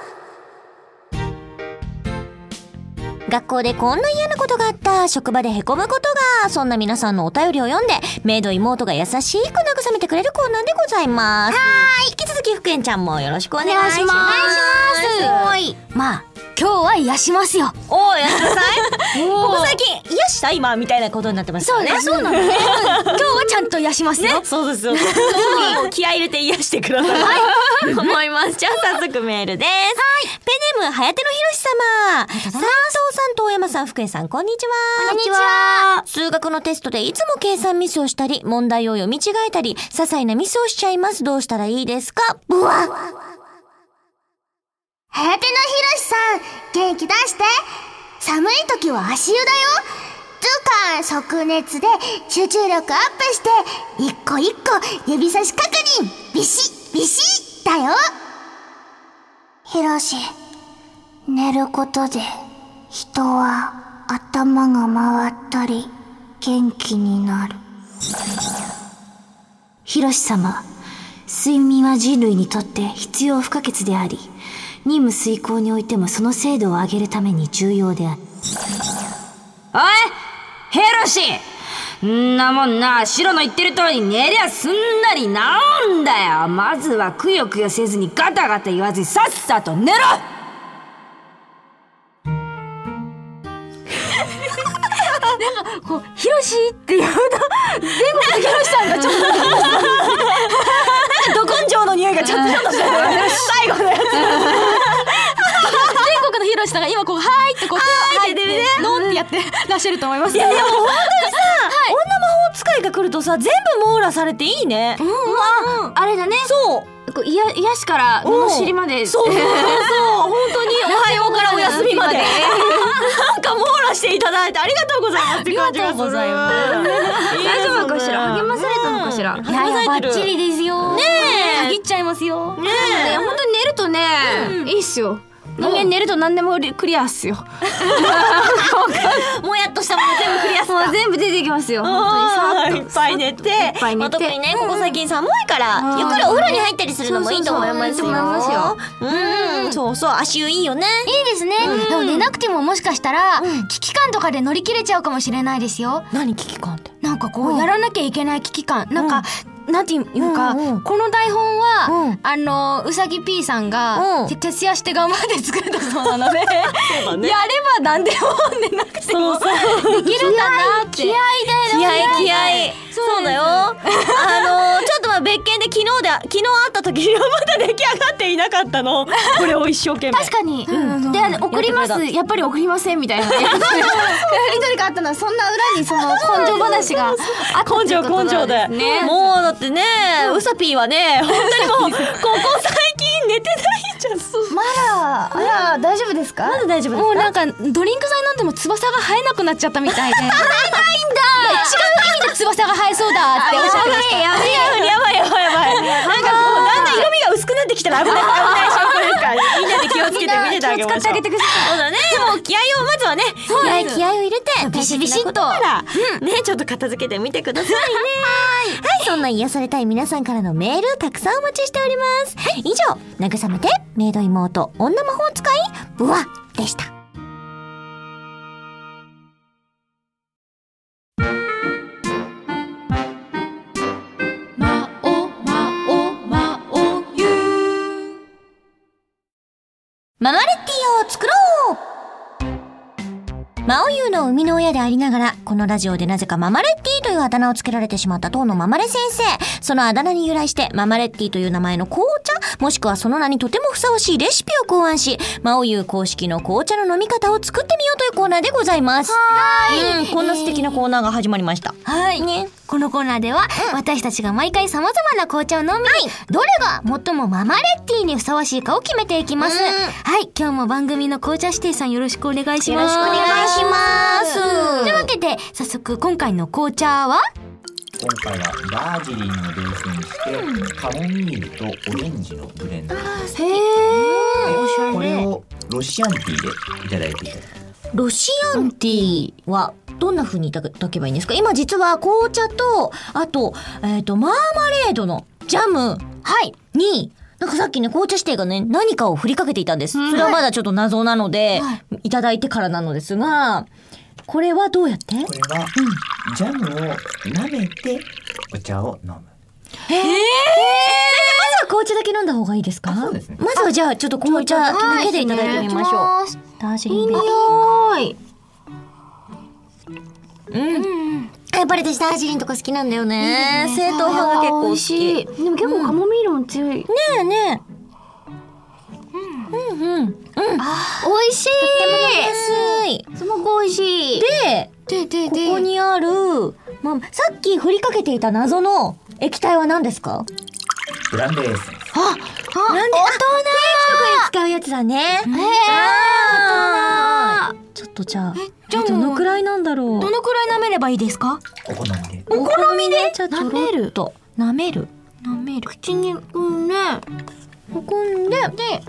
[SPEAKER 2] 学校でこんな嫌なことがあった、職場でへこむことが、そんな皆さんのお便りを読んでメイド妹が優しく慰めてくれるコーナーでございます。はーい。引き続き福円ちゃんもよろしくお願いします。お願いします。
[SPEAKER 1] すごい。まあ今日は癒しますよ。
[SPEAKER 2] おーやってください。ここ最近癒した今みたいなことになってますよね。
[SPEAKER 1] そうね、そうなのね。今日はちゃんと癒しますよ。
[SPEAKER 2] そうですよ。気合い入れて癒してください。はい。思います。じゃあ早速メールです。はい。ペンネームはやてのひろし様。三層さんと大山さん、福江さん、こんにちは。
[SPEAKER 1] こんにちは。
[SPEAKER 2] 数学のテストでいつも計算ミスをしたり、問題を読み違えたり、些細なミスをしちゃいます。どうしたらいいですか？ブワ。
[SPEAKER 7] はやてのひろしさん、元気出して。寒い時は足湯だよ。つうか、即熱で集中力アップして、一個一個指差し確認、ビシッビシッだよ。ひろし、寝ることで人は頭が回ったり元気になる。
[SPEAKER 6] ひろし様、睡眠は人類にとって必要不可欠であり、任務遂行においてもその精度を上げるために重要である。おいヘロシ、んなもんな、シロの言ってる通り寝りゃすんなり治んだよ。まずはくよくよせずにガタガタ言わずにさっさと寝ろ。
[SPEAKER 1] なんかこうヒロシって言うと全国のヒロシさんがちょっと
[SPEAKER 2] ど根性の匂いがちょっとちょっとしてる最後のやつ。
[SPEAKER 1] 全国のヒロシさんが今こうはーいってこう手を吐いてノンってやってらっしゃると思います。
[SPEAKER 2] いやいやもう本当にさ、はい、女魔法使いが来るとさ全部網羅されていいね。
[SPEAKER 6] うん、うん、あれだね。
[SPEAKER 2] そう
[SPEAKER 6] こういや癒しから罵りまで、
[SPEAKER 2] そうそうそうそう本当におはようからお休みまでなんか網羅していただいてありがとうございますって感じがする。
[SPEAKER 6] 大丈夫かしら、励まされたのかしら。
[SPEAKER 1] いやいやバッチリですよ。
[SPEAKER 2] ねえ
[SPEAKER 1] たぎっちゃいますよ。
[SPEAKER 6] ねえ本当に寝るとね、うん、いいっすよ。人間寝ると何でもクリアっすよ。
[SPEAKER 2] もやっとしたもの全部クリアっすか。
[SPEAKER 6] もう全部出てきますよ。本当にさっと
[SPEAKER 2] いっぱい寝て、
[SPEAKER 6] いっぱい寝て、
[SPEAKER 2] まあ、特にねここ最近寒いから、うん、ゆっくりお風呂に入ったりするのもいいと思いますよ。うん、そうそう足湯いいよね。
[SPEAKER 1] いいですね。うん、でも寝なくてももしかしたら、うん、危機感とかで乗り切れちゃうかもしれないですよ。
[SPEAKER 2] 何危機感って？
[SPEAKER 1] なんかこう、うん、やらなきゃいけない危機感、なんか。うんなんていうか、うんうん、この台本は、うん、あのうさぎ P さんが、うん、徹夜して頑張って作ったそうなのでそうだ、ね、やれば何でも寝なくてもそうそうできるんだなって
[SPEAKER 6] 気合いだよ
[SPEAKER 2] 気合い気合いそうだよあのちょっとまあ別件で昨日で昨日会った時にはまだ出来上がっていなかったのこれを一生懸命
[SPEAKER 6] 確かに、うん、で送りますやっぱり送りませんみたいなやり取りがあったのはそんな裏にその根性話があった
[SPEAKER 2] 根性根性で、ね、もうだってねうさぴーはね本当にもうここ最近寝てないんじゃん。
[SPEAKER 6] まだあら大丈夫ですか？
[SPEAKER 2] まだ大丈夫ですか？
[SPEAKER 1] もうなんかドリンク剤飲んでも翼が生えなくなっちゃったみたいで生えないんだ
[SPEAKER 3] 意味で翼が生えそうだっておっしゃってました。
[SPEAKER 2] やばいやばいやばいやばい。なんかこうだんだん色味が薄くなってきたら危ない危ない証拠ですから、みんなで気をつけて見ててあげましょう。気を使ってあげてください。そうだね。もう気合をまずはね、気合気合を入れてビシビシっとからね、ちょっと片付けてみてくださいね。はい、そんな癒されたい皆さんからのメールたくさんお待ちしております。以上、慰めてメイド妹女魔法使いブワでした。ママレッティを作ろう。マオユーの生みの親でありながら、このラジオでなぜかママレッティというあだ名をつけられてしまった当のママレ先生。そのあだ名に由来してママレッティという名前の紅茶、もしくはその名にとてもふさわしいレシピを考案し、マオユー公式の紅茶の飲み方を作ってみようというコーナーでございます。はーい、うん、こんな素敵なコーナーが始まりました。
[SPEAKER 3] はいね。このコーナーでは、うん、私たちが毎回様々な紅茶を飲み、はい、どれが最もママレッティにふさわしいかを決めていきます。はい、今日も番組の紅茶指定さんよろしくお願いします。
[SPEAKER 2] よろしくお願いします。
[SPEAKER 3] というわけで早速今回の紅茶は、
[SPEAKER 8] 今回はダージリンをベースにして、うん、カモミールとオレンジのブレンドです。
[SPEAKER 2] へー、
[SPEAKER 8] これをロシアンティーでいただいていただきます。
[SPEAKER 2] ロシアンティーはどんな風にいただけばいいんですか？今実は紅茶とあと、えーと、マーマレードのジャムに、なんかさっきね紅茶指定がね何かを振りかけていたんです。それはまだちょっと謎なので、はい、いただいてからなのですが、これはどうやって？
[SPEAKER 8] これは、うん、ジャムを舐めてお茶を飲む。
[SPEAKER 2] へー、まずは紅茶だけ飲んだ方がいいですか？
[SPEAKER 8] そうですね。
[SPEAKER 2] まずはじゃあちょっと紅茶だけでいただいてみましょう。ダージリンベース。うん。やっぱり私ダージリンとか好きなんだよね。いいね、正統派が結構好き。
[SPEAKER 6] でも結構カモミールも強い。ね
[SPEAKER 2] えねえ。うんうんうん。うん。
[SPEAKER 6] あ、美味しい。
[SPEAKER 2] とっても飲みやすい。
[SPEAKER 6] すごく美味しい。
[SPEAKER 2] で、でででここにある、まあ、さっき振りかけていた謎の液体は何ですか？
[SPEAKER 8] ブランデーエッセンス。
[SPEAKER 2] あ、あ、なんで、大人。ケーキとかに使うやつだね。へー、大人。ちょっとじゃあ、じゃあどのくらいなんだろう。
[SPEAKER 3] どのくらい舐めればいいですか？
[SPEAKER 8] お好みで。
[SPEAKER 2] お好みで。じゃあ舐めると舐める
[SPEAKER 3] 舐める。
[SPEAKER 6] 口にうんね。
[SPEAKER 2] 含んで、
[SPEAKER 3] で、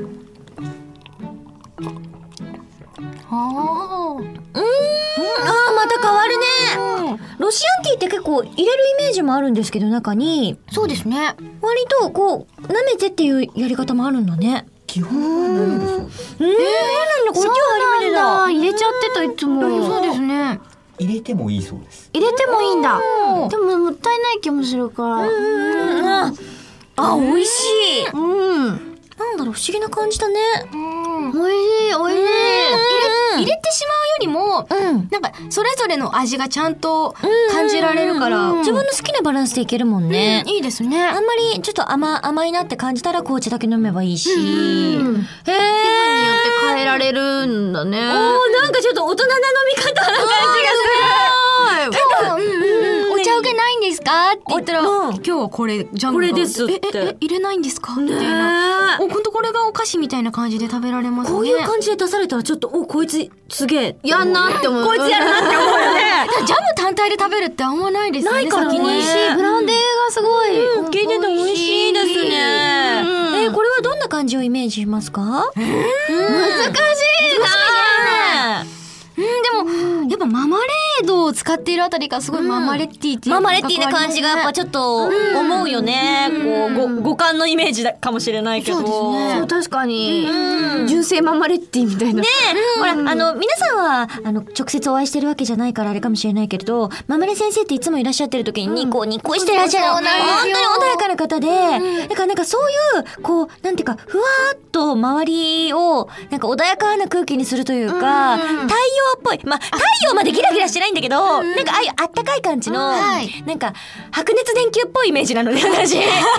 [SPEAKER 3] ああ、うん、あ
[SPEAKER 2] あ、また変わるね。ロシアンティーって結構入れるイメージもあるんですけど、中に。
[SPEAKER 3] そうですね。
[SPEAKER 2] 割とこう舐めてっていうやり方もあるんだね。
[SPEAKER 8] 基本は舐めるそうです。
[SPEAKER 2] うん、そうなんだ。こっちは初めてだ。
[SPEAKER 6] 入れちゃってたいつも。
[SPEAKER 3] そうですね。
[SPEAKER 8] 入れてもいいそうです。
[SPEAKER 6] 入れてもいいんだ。でももったいない気もするから。
[SPEAKER 2] うん、あ、あ、美味しい。
[SPEAKER 6] うん。
[SPEAKER 2] なんだろう、不思議な感じだね。
[SPEAKER 6] うん、美味しい、美味しい。
[SPEAKER 3] 入れてしまうよりも、うん、なんかそれぞれの味がちゃんと感じられるから、
[SPEAKER 2] 自分の好きなバランスでいけるもんね。
[SPEAKER 3] うん、いいですね。
[SPEAKER 2] あんまりちょっと甘甘いなって感じたら紅茶だけ飲めばいいし、うん、へえ、気分によって
[SPEAKER 6] 変えられるんだね。おー、
[SPEAKER 2] なんかちょっと大人な飲み方な感じがする。
[SPEAKER 3] なんか、うんうん、お茶受けないんですかって言ったら、今日はこれジャム
[SPEAKER 2] これですって。
[SPEAKER 3] ええ、入れないんですかみたいな。お、本当これがお菓子みたいな感じで食べられますね。
[SPEAKER 2] こういう感じで出されたらちょっと、お、こいつすげえ
[SPEAKER 6] やんなって思う。
[SPEAKER 2] こいつやるなって思うよね。
[SPEAKER 3] ジャム単体で食べるってあんまないですよね。
[SPEAKER 2] ないからね。
[SPEAKER 6] 美味しい。ブランデーがすごい。
[SPEAKER 2] うん、聞いてて美味しいですね。えー、これはどんな感じをイメージしますか？
[SPEAKER 6] えー、難しいな。
[SPEAKER 3] うん、でも、やっぱママレードを使っているあたりがすごいママレッティっていう、
[SPEAKER 2] ママレッティな感じがやっぱちょっと思うよね。こう、ご五感のイメージだかもしれないけど。
[SPEAKER 6] そうですね。そう、確かに。純正ママレッティみたいな。
[SPEAKER 2] ねえ、ほら、あの、皆さんは、あの、直接お会いしてるわけじゃないからあれかもしれないけれど、ママレ先生っていつもいらっしゃってる時にニコニコしてらっしゃる。本当に穏やかな方で、だからなんかそういう、こう、なんていうか、ふわーっと周りを、なんか穏やかな空気にするというか、太陽っぽい。まあ、太陽までギラギラしてないんだけど、なんかああいうあったかい感じの、なんか、白熱電球っぽいイメージなので、私。蛍光灯じゃないの。なんか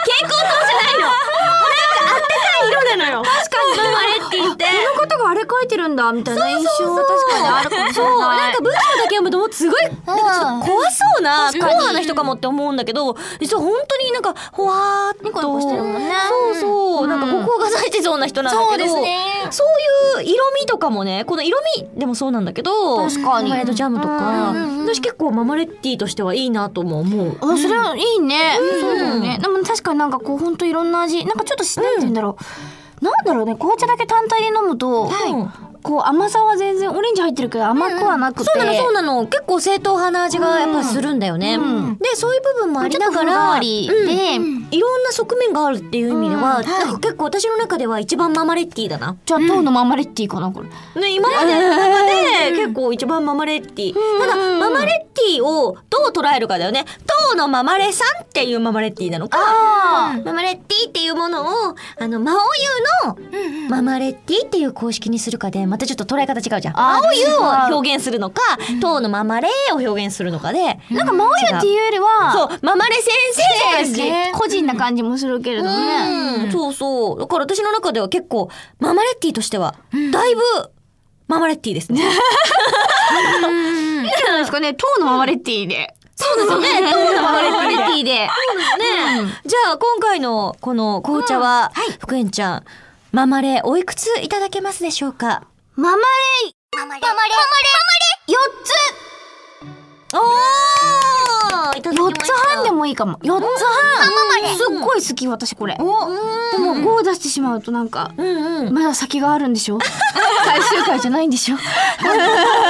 [SPEAKER 2] あったかい色なのよ。
[SPEAKER 6] 確かにママレッティって。このことがあれ書いてるんだ、みたいな印象は確かにあるかもしれない。そう、
[SPEAKER 2] なんか文章だけ読むともうすごい、なんかちょっと怖そうな、硬派な人かもって思うんだけど、実は本当になんか、ほわーっと。
[SPEAKER 6] ニコニコしてるもんね。
[SPEAKER 2] そうそう。なんかここが咲いてそうな人なんだけど。
[SPEAKER 3] そうですね。
[SPEAKER 2] そういう色味とかもね、この色味でもそうなんだけど、
[SPEAKER 6] 確かに
[SPEAKER 2] マーマレードジャムとか、私結構ママレッティとしてはいいなとも思う。
[SPEAKER 6] あ、それはいいね。そうだよね。でも確かになんかこうほんといろんな味、なんかちょっとしなんて言うんだろう。なんだろうね、紅茶だけ単体で飲むと、こう甘さは全然オレンジ入ってるけど甘くはなくて、
[SPEAKER 2] そうなのそうなの、結構正統派な味がやっぱするんだよね。でそういう部分もありながら、でいろんな側面があるっていう意味では、なんか結構私の中では一番ママレッティだな。
[SPEAKER 6] じゃあ当のママレッティかなこれ。
[SPEAKER 2] ね、今までの中で結構一番ママレッティ。ただママレッティをどう捉えるかだよね。当のママレさんっていうママレッティなのか、ママレッティっていうものをあの魔王湯のママレッティっていう公式にするかでまたちょっと捉え方違うじゃん。魔王湯を表現するのか、当のママレを表現するのかで、
[SPEAKER 6] なんか魔王湯っていうよりは、
[SPEAKER 2] そうママレ先生
[SPEAKER 6] そうですね、個人な感じもするけれどもね。
[SPEAKER 2] うん、そうそう。だから私の中では結構ママレッティとしてはだいぶママレッティですね。いい
[SPEAKER 6] じゃないですかね、当のママレッティで。
[SPEAKER 2] そうですよね。当のママレッティで。そうですね。じゃあ今回のこの紅茶は、福縁ちゃん、ママレおいくついただけますでしょうか？
[SPEAKER 6] ママレ
[SPEAKER 7] ママレママレママレ
[SPEAKER 6] よっつ
[SPEAKER 2] おー、いただきま
[SPEAKER 6] よっ
[SPEAKER 2] した。
[SPEAKER 6] つはんでもいいかも。よっつはんすっごい好き私これ。でもごを出してしまうとなんかまだ先があるんでしょ。最終回じゃないんでしょ。すいません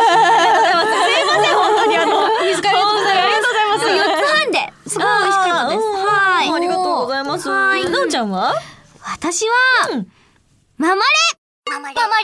[SPEAKER 6] 本当にあの水からありがとうございます。よっつはんですごい美味しかったです。はい、
[SPEAKER 2] ありがとうございます。
[SPEAKER 6] はい、
[SPEAKER 2] なおちゃんは？
[SPEAKER 3] 私は、ママレ
[SPEAKER 7] ママレママレママレママレ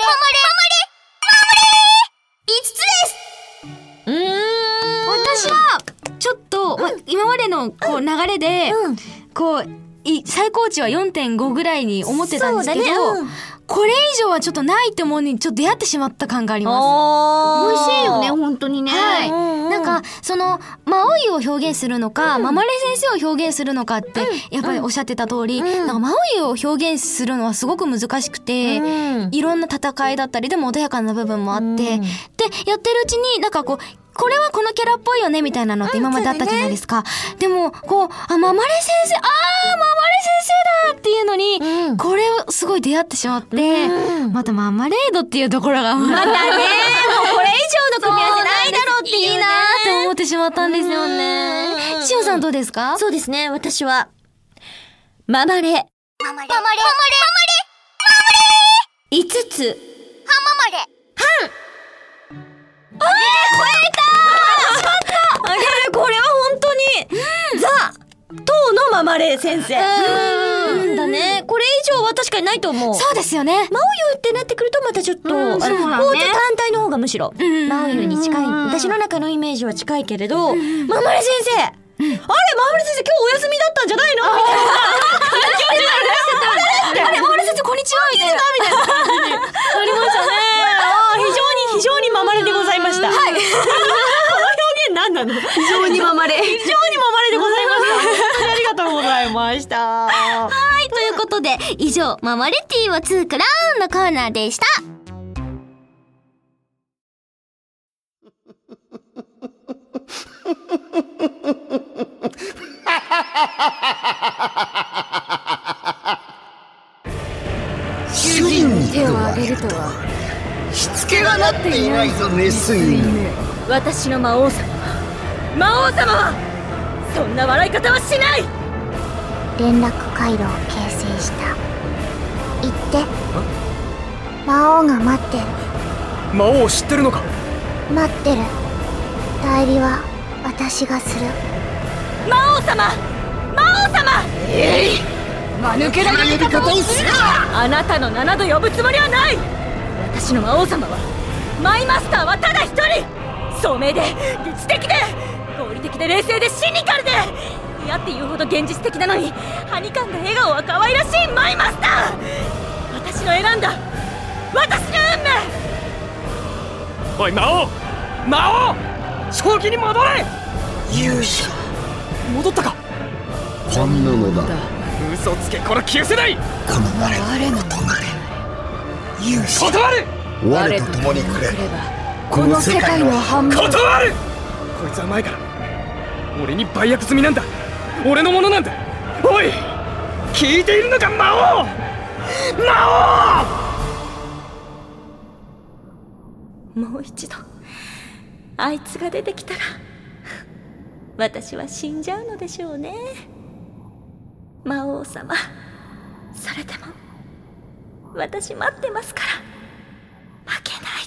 [SPEAKER 7] いつつです。
[SPEAKER 2] うーん。
[SPEAKER 3] 私はちょっと、ま、今までのこう流れで、こうい最高値は よんてんご ぐらいに思ってたんですけど、これ以上はちょっとないってものにちょっと出会ってしまった感があります。
[SPEAKER 6] 美味しいよね本当にね。
[SPEAKER 3] はい。なんかその魔王湯を表現するのか、ママレ先生を表現するのかってやっぱりおっしゃってた通り、なんか魔王湯を表現するのはすごく難しくて、いろんな戦いだったりでも穏やかな部分もあって、でやってるうちになんかこうこれはこのキャラっぽいよねみたいなのって今まであったじゃないですか。でもこうあママレ先生あーママレ先生だっていうのに、これをすごい出会ってしまって、またママレードっていうところがまたねもうこれ以上の組み合わせないだろうっていうねいいなって思ってしまったんですよね。しおさんどうですか？
[SPEAKER 2] そうですね、私はママレ
[SPEAKER 7] ママレママレママレママレ
[SPEAKER 2] いつつ
[SPEAKER 7] ハママレ
[SPEAKER 2] あれこれは本当に、ザ当のママレ先生うんだね。これ以上は確かにないと思う。
[SPEAKER 3] そうですよね。
[SPEAKER 2] 魔王湯ってなってくるとまたちょっと、あの紅茶単体の方がむしろ魔王湯に近い、私の中のイメージは近いけれど、ママレ先生、あれママレ先生今日お休みだったんじゃないのみたいな。あれママレ先生こんにちはみたいなみたいな感じになりましたね。あ、非常に非常にママレでございました。はい。この表現何なの？非常にママレ。非常にママレでございました。本当にありがとうございました。
[SPEAKER 1] はい、ということで以上ママレティーをツークラウンのコーナーでした。
[SPEAKER 9] 主人に手を挙げるとはしつけがなっていないぞメス犬。
[SPEAKER 2] 私の魔王様は魔王様はそんな笑い方はしない。
[SPEAKER 7] 連絡回路を形成した。言って魔王が待ってる。
[SPEAKER 5] 魔王を知ってるのか？
[SPEAKER 7] 待ってる。代理は私がする。
[SPEAKER 2] 魔王様魔王様
[SPEAKER 9] えい間抜けな呼び方をするな。
[SPEAKER 2] あなたの名など呼ぶつもりはない。私の魔王様はマイマスターはただ一人。聡明で理知的で合理的で冷静でシニカルで嫌っていうほど現実的なのにはにかんだ笑顔は可愛らしいマイマスター。私の選んだ私の運命。
[SPEAKER 5] おい魔王魔王正気に戻れ。
[SPEAKER 9] 勇者
[SPEAKER 5] 戻ったか？
[SPEAKER 9] こんなのだ。
[SPEAKER 5] 嘘つけこの旧世代。
[SPEAKER 9] この我のとなれ勇者
[SPEAKER 5] 断る。
[SPEAKER 9] 我と共にくれ。この世界の半分。
[SPEAKER 5] 断る。こいつは前から俺に売約済みなんだ。俺のものなんだ。おい聞いているのか魔王魔王。
[SPEAKER 2] もう一度あいつが出てきたら私は死んじゃうのでしょうね。魔王様、それでも私待ってますから負けないって。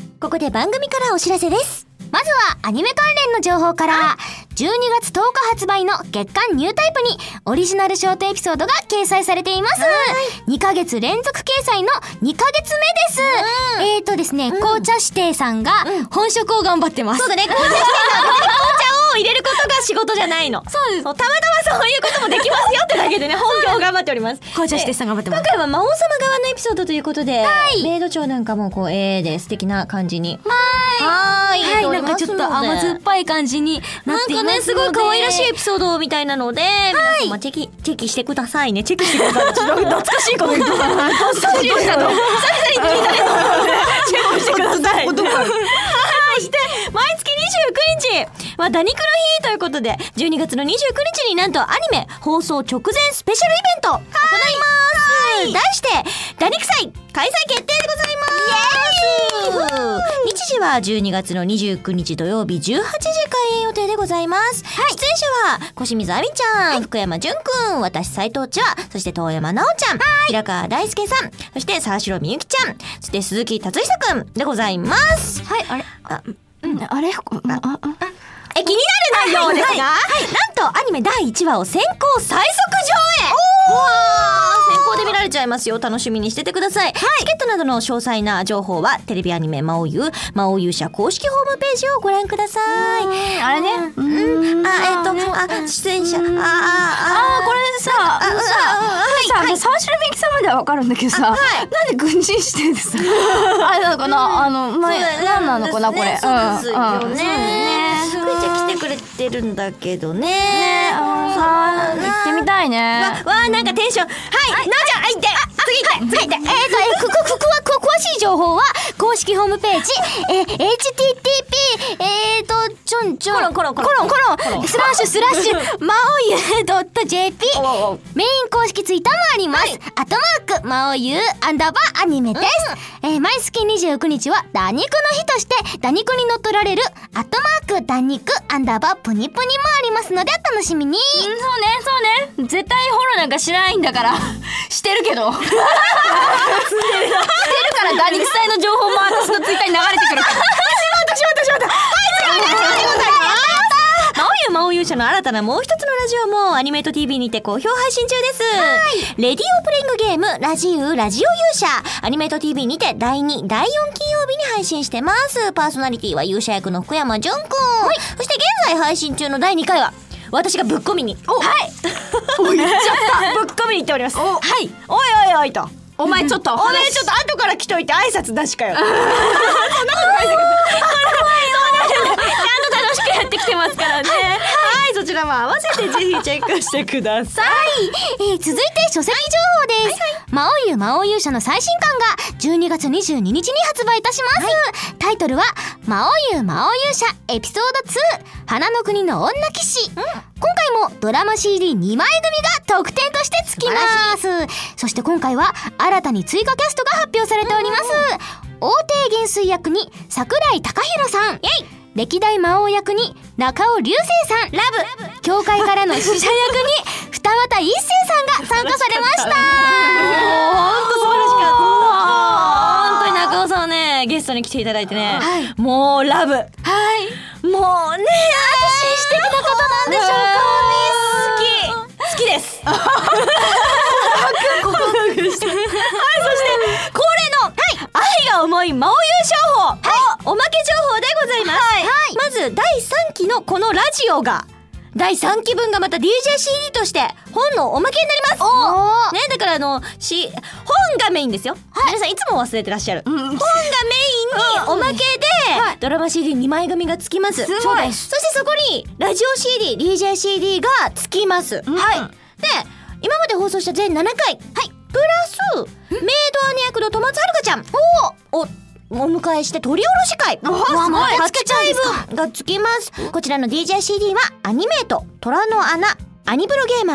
[SPEAKER 2] ここで番組からお知らせです。
[SPEAKER 1] まずはアニメ関連の情報から、じゅうにがつとおか発売の月刊ニュータイプにオリジナルショートエピソードが掲載されています。にかげつ連続掲載のにかげつめです。えーとですね、紅茶指定さんが本職を頑張ってます。
[SPEAKER 2] そうだね、紅茶指定さんは紅茶を入れることが仕事じゃないの。そうです。たまたまそういうこともできますよってだけでね、本業を頑張っております。
[SPEAKER 1] 紅茶指定さん頑張ってます。
[SPEAKER 2] 今回は魔王様側のエピソードということで、メイド長なんかもこう、えーで素敵な感じに。
[SPEAKER 1] はい。
[SPEAKER 2] はい、
[SPEAKER 1] なんかちょっと甘酸っぱい感じになっていますので、
[SPEAKER 2] なんかね、すごい可愛らしいエピソードみたいなので、皆様チェキ、チェキしてくださいね。チェキしてください。ちょっと懐かしいこと言ってた。どうしたの？久々に聞いたね。チェックしてください。そして毎月にじゅうくにちは打肉の日ということで、じゅうにがつのにじゅうくにちになんとアニメ放送直前スペシャルイベント行います。題して打肉祭開催決定でございます。日時はじゅうにがつのにじゅうくにち土曜日じゅうはちじ開演予定でございます。はい、出演者は小清水亜美ちゃん、はい、福山潤くん、私斉藤千和、そして遠山奈緒ちゃん、はい、平川大輔さん、そして沢城みゆきちゃん、そして鈴木達久くんでございます。はい、あれあ、うん、あれああえ気になる内容ですが、はいはい、なんとアニメだいいちわを先行最速上映。おー、先行で見られちゃいますよ。楽しみにしててください。はい、チケットなどの詳細な情報はテレビアニメ魔王優魔王勇者公式ホームページをご覧ください。
[SPEAKER 6] あれね、
[SPEAKER 2] うん、あえっとあ出演者あああ
[SPEAKER 6] これさあささ沢城みゆきさんまではわかるんだけどさ、なんで軍人しててさあれなのかな、あの前なんなのかなこれ。
[SPEAKER 2] そうですよね。めっちゃ来てくれてるんだけどね。
[SPEAKER 6] さあ行ってみたいね。
[SPEAKER 2] わあなんかテンション。はい、なおちゃん、はい、で次行って次行って。
[SPEAKER 1] えーとくくくくわく詳しい情報は公式ホームページえ エイチティーティーピー えーとちょんちょん
[SPEAKER 2] コロンコロンコ
[SPEAKER 1] ロンコロンスラッシュスラッシュ魔王ゆドット ジェーピー メイン公式ツイッターもあります。アットマーク魔王ゆアンダーバーアニメです。えー毎月にじゅうくにちは打肉の日として打肉に乗っ取られるアットマーク打肉アンダーバープニプニもありますのでお楽しみに。
[SPEAKER 6] そうねそうね、絶対フォローなんかしないんだからしてるけどしてるから打肉祭の情報も私のツイッターに流れてくるからしまったしまったしまったはい次お願いします。
[SPEAKER 2] 魔王優魔王勇者の新たなもう一つのラジオもアニメート ティーブイ にて好評配信中です。レディオプレイングゲームラジウラジオ勇者アニメート ティーブイ にてだいにだいよん金曜日に配信してます。パーソナリティは勇者役の福山潤くん、はい、そして現在配信中のだいにかいは私がぶっ込みにはいお言っちゃったぶっ込みに行っております。はい、おいおいおいと
[SPEAKER 6] お前ちょっと
[SPEAKER 2] お前ちょっと後から来といて挨拶なしかよそんなことないんだけどちゃんと楽しくやってきてますからね。はい、そちらも合わせてぜひチェックしてください。
[SPEAKER 1] えー、続いて書籍情報です。はいはい、魔王優魔王勇者の最新刊がじゅうにがつにじゅうににちに発売いたします。はい、タイトルは魔王優魔王勇者エピソードツー花の国の女騎士。うん、今回もドラマ シーディーに 枚組が特典として付きます。そして今回は新たに追加キャストが発表されております。大帝元帥役に桜井貴弘さん、歴代魔王役に中尾隆聖さん、ラブ教会からの使者役に二俣一星さんが参加されました。もう
[SPEAKER 2] ほんと素晴らしかった。本当に中尾さんねゲストに来ていただいてね、はい、もうラブ、はい、もうね安心してきた方なんでしょうか。好き好きですはい、そして恒例の、はい、愛が重い魔王優勝法、はい、おまけ情報でございます。はいはい、まずだいさんきのこのラジオがだいさんきぶんがまた ディージェーシーディー として本のおまけになります。おね、だからあのし本がメインですよ。はい、皆さんいつも忘れてらっしゃる、うん、本がメインにおまけで、はい、ドラマ シーディーに 枚組がつきます。そうです。そしてそこにラジオ シーディー、ディージェーシーディー がつきます。うん、はい。で今まで放送した全ななかい、はい、プラスメイド姉役の戸松遥ちゃんをおお迎えして取り下ろし会はちかいぶんがつきます。こちらの ディージェーシーディー はアニメート、虎の穴、アニブロゲーマーズ、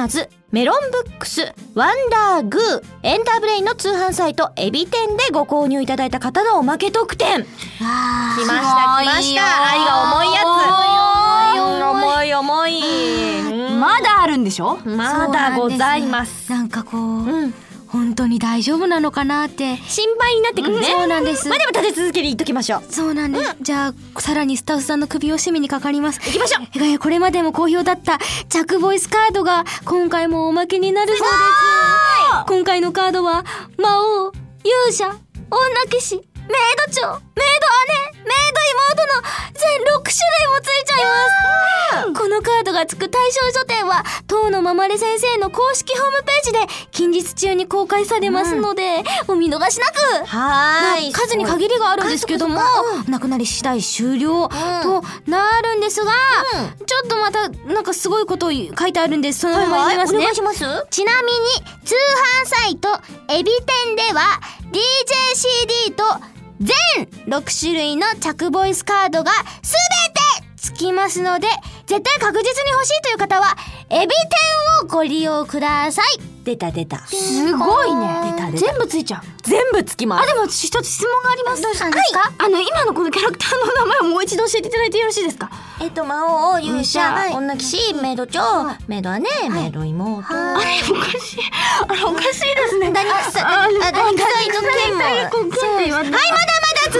[SPEAKER 2] メロンブックス、ワンダーグー、エンターブレインの通販サイトエビ天でご購入いただいた方のおまけ特典。来ました来ました。愛が重いやつ。重い重い。
[SPEAKER 6] まだあるんでしょ？
[SPEAKER 2] まだございます。
[SPEAKER 3] なんかこう、うん、本当に大丈夫なのかなって
[SPEAKER 2] 心配になってくるね、
[SPEAKER 3] うん、そうなんです。
[SPEAKER 2] まあでも立て続けに言っときましょう。
[SPEAKER 3] そうなんです、うん、じゃあさらにスタッフさんの首を絞めにかかります。
[SPEAKER 2] 行きましょう。
[SPEAKER 3] これまでも好評だったチャックボイスカードが今回もおまけになるそうです。今回のカードは魔王、勇者、女騎士、メイド長、メイド姉、メイド妹の全ろくしゅるいもついちゃいます。このカードがつく対象書店は当のままれ先生の公式ホームページで近日中に公開されますので、うん、お見逃しなく。
[SPEAKER 2] はーい、
[SPEAKER 3] まあ、数に限りがあるんですけども、うん、なくなり次第終了、うん、となるんですが、うん、ちょっとまたなんかすごいこと書いてあるんです。そのまま読みますね。
[SPEAKER 2] お願いします。
[SPEAKER 7] ちなみに通販サイトエビ天では ディージェーシーディー と全ろくしゅるいのチャクボイスカードがすべてつきますので、絶対確実に欲しいという方はエビ天をご利用ください。
[SPEAKER 2] 出た出た。
[SPEAKER 6] すごいね。
[SPEAKER 2] 出た出た。
[SPEAKER 6] 全部ついちゃう。
[SPEAKER 2] 全部つきます。
[SPEAKER 6] あ、でも私一つ質問があります。
[SPEAKER 7] どうしたんですか？
[SPEAKER 6] はい、あの今のこのキャラクターの名前をもう一度教えていただいてよろしいですか？
[SPEAKER 2] えっと魔王、勇者、はい、女騎士、メイド長、メイド姉、はい、メイド妹。
[SPEAKER 6] あれおかしい。あれおかしいですね。
[SPEAKER 2] 何くさ、あ、何くさいの件も。はい、まだまだ続きます。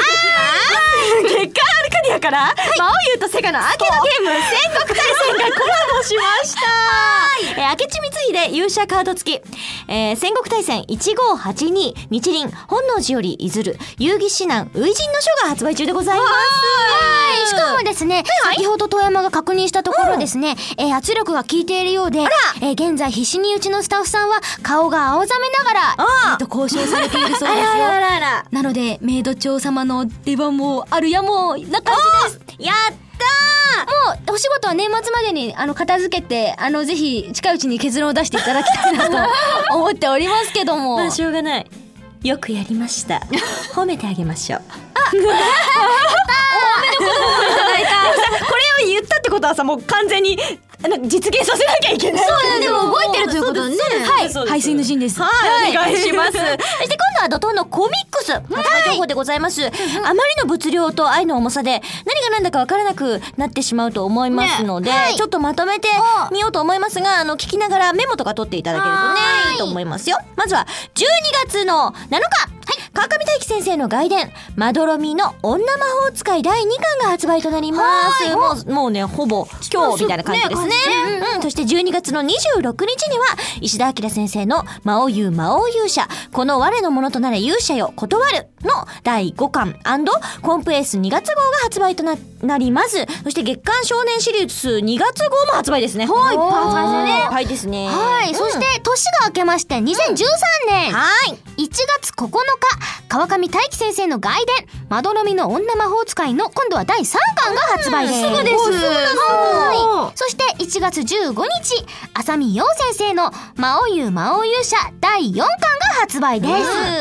[SPEAKER 2] 月刊アルカディアから、はい、魔王優とセガのアーケードゲーム戦国大戦がコラボしました。えー、明智光秀勇者カード付き、えー、戦国大戦いちごーはちに日輪本能寺よりいずる遊戯指南初陣の書が発売中でございます。
[SPEAKER 7] はい、しかもですね、はい、先ほど遠山が確認したところですね、うん、えー、圧力が効いているようで、えー、現在必死にうちのスタッフさんは顔が青ざめながら、えー、と交渉されているそうですよ。
[SPEAKER 2] あらあらあら。
[SPEAKER 3] なのでメイド長様の出番もあるやもな感じです。
[SPEAKER 2] やった
[SPEAKER 3] ー。もうお仕事は年末までにあの片付けて、あのぜひ近いうちに結論を出していただきたいなと思っておりますけども。
[SPEAKER 2] まあしょうがない。よくやりました。褒めてあげましょう。あ、やったー。おめでとういただいた。これを言ったってことはさ、もう完全に実現させなきゃいけない。
[SPEAKER 3] そうだね、でも覚えてるということでね。はい、排水の陣です。
[SPEAKER 2] はい、お願いします。そして今度は怒涛のコミックス発売情報でございます。あまりの物量と愛の重さで何が何だか分からなくなってしまうと思いますので、ちょっとまとめてみようと思いますが、あの聞きながらメモとか取っていただけるとねいいと思いますよ。まずはじゅうにがつのなのか、川上大輝先生の外伝まどろみの女魔法使いだいにかんが発売となります。もう、もうねほぼ今日みたいな感じですね。うんうん、そしてじゅうにがつのにじゅうろくにちには石田明先生の魔王優魔王勇者この我のものとなれ勇者よ断るのだいごかん&コンプエースにがつ号が発売と な, なります。そして月刊少年シリーズにがつ号も発売ですね。
[SPEAKER 7] はい、発売ですね。
[SPEAKER 2] はいですね。
[SPEAKER 7] はい、うん、そして年が明けましてにせんじゅうさんねん、うん、はいいちがつここのか川上大輝先生の外伝まどろみの女魔法使いの今度はだいさんかんが発売です。
[SPEAKER 2] すぐです。
[SPEAKER 7] はい。そしていちがつじゅうごにち浅見陽先生の魔王優魔王勇者だいよんかんが発売です。うん、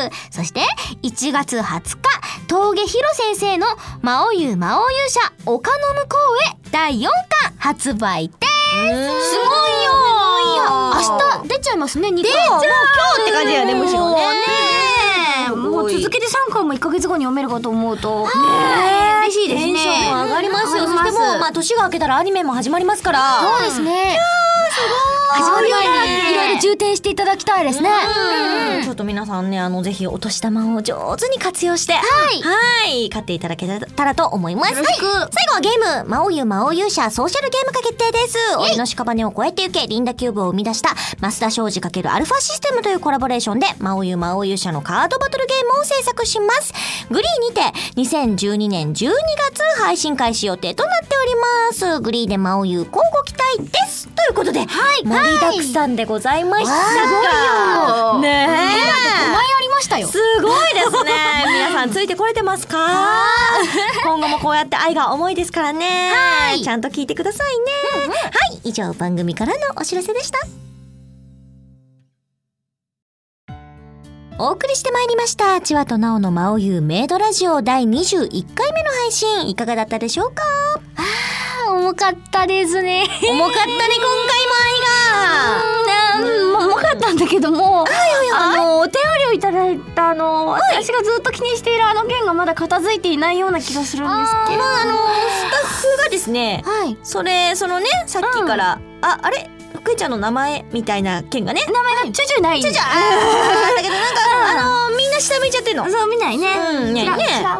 [SPEAKER 7] そしていちがつはつか峠弘先生の魔王優魔王勇者丘の向こうへだいよんかん発売です。すごいよ。明日出ちゃいますね。にかん。
[SPEAKER 2] 出ちゃう。もう今日って感じだよね。むしろね。
[SPEAKER 6] もう続けてさんかんもいっかげつごに読めるかと思うと嬉しいですね。
[SPEAKER 2] テンション上がりますよ。そしてもうまあ年が明けたらアニメも始まりますから。
[SPEAKER 7] そうですね。
[SPEAKER 3] 始まる前にいろいろ充填していただきたいですね。
[SPEAKER 2] ちょっと皆さんね、あのぜひお年玉を上手に活用して、はい、はい、買っていただけたらと思います。はい、最後はゲーム魔王優魔王勇者ソーシャルゲーム化決定です。鬼の屍を越えてゆけリンダキューブを生み出した増田庄司×アルファシステムというコラボレーションで魔王優魔王勇者のカードバトルゲームを制作します。グリーにてにせんじゅうにねんじゅうにがつ配信開始予定となっております。グリーで魔王優交互期待ですということで、はい、盛りだくさんでございましたが、すごいよねえ、ごまい
[SPEAKER 3] ありましたよ。
[SPEAKER 2] すごいですね。皆さんついてこれてますか？今後もこうやって愛が重いですからね。はい、ちゃんと聞いてくださいね。うんうん、はい、以上番組からのお知らせでした。お送りしてまいりました千和となおの魔王優メイドラジオだいにじゅういっかいめの配信、いかがだったでしょうか？
[SPEAKER 3] あー、重かったですね。
[SPEAKER 2] 重かったね、今回も愛が。
[SPEAKER 3] うん、
[SPEAKER 6] 私がずっと気にしているあの件がまだ片付いていないような気がするんですけど、
[SPEAKER 2] まああのスタッフがですね、
[SPEAKER 6] はい、
[SPEAKER 2] それそのねさっきから、うん、ああれ福井ちゃんの名前みたいな件がね、名前がちょいちょいないちょいちょいあだけどなんかあのみんな下向いちゃってんの。そう見ないね。うんねね。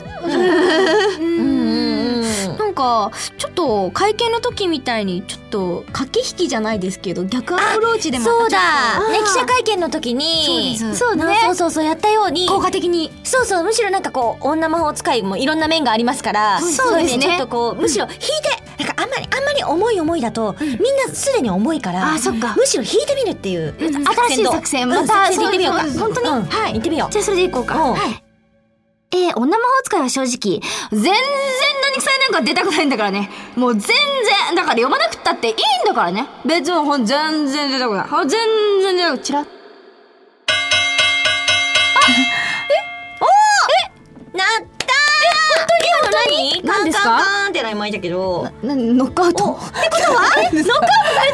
[SPEAKER 3] なんかちょっと会見の時みたいにちょっと駆け引きじゃないですけど逆アプローチでも
[SPEAKER 2] そうだね、記者会見の時に
[SPEAKER 3] そうです
[SPEAKER 2] そうね、そうそうそうやったように
[SPEAKER 3] 効果的に
[SPEAKER 2] そうそうむしろなんかこう女魔法使いもいろんな面がありますからそうですね、ちょっとこうむしろ引いてなんかあんまりあんまり重い重いだと、うん、みんなすでに重いから
[SPEAKER 6] あそっか
[SPEAKER 2] むしろ引いてみるっていう、
[SPEAKER 6] うん、新しい作戦また
[SPEAKER 2] 行ってみようか。
[SPEAKER 6] 本当に、
[SPEAKER 2] うん、はい行ってみよう。
[SPEAKER 6] じゃあそれでいこうか。はい。えー、女魔法使いは正直全然何臭いなんか出たくないんだからね。もう全然だから読まなくったっていいんだからね。別の本全然出たくない。全然出たくない。チラッあ
[SPEAKER 2] えおーえなったー。え本当に本当に
[SPEAKER 6] 何ですか？
[SPEAKER 2] カンカンカンってライン巻いたけど
[SPEAKER 6] ななノックアウト
[SPEAKER 2] ってことはノックアウトされたってことだ。え丸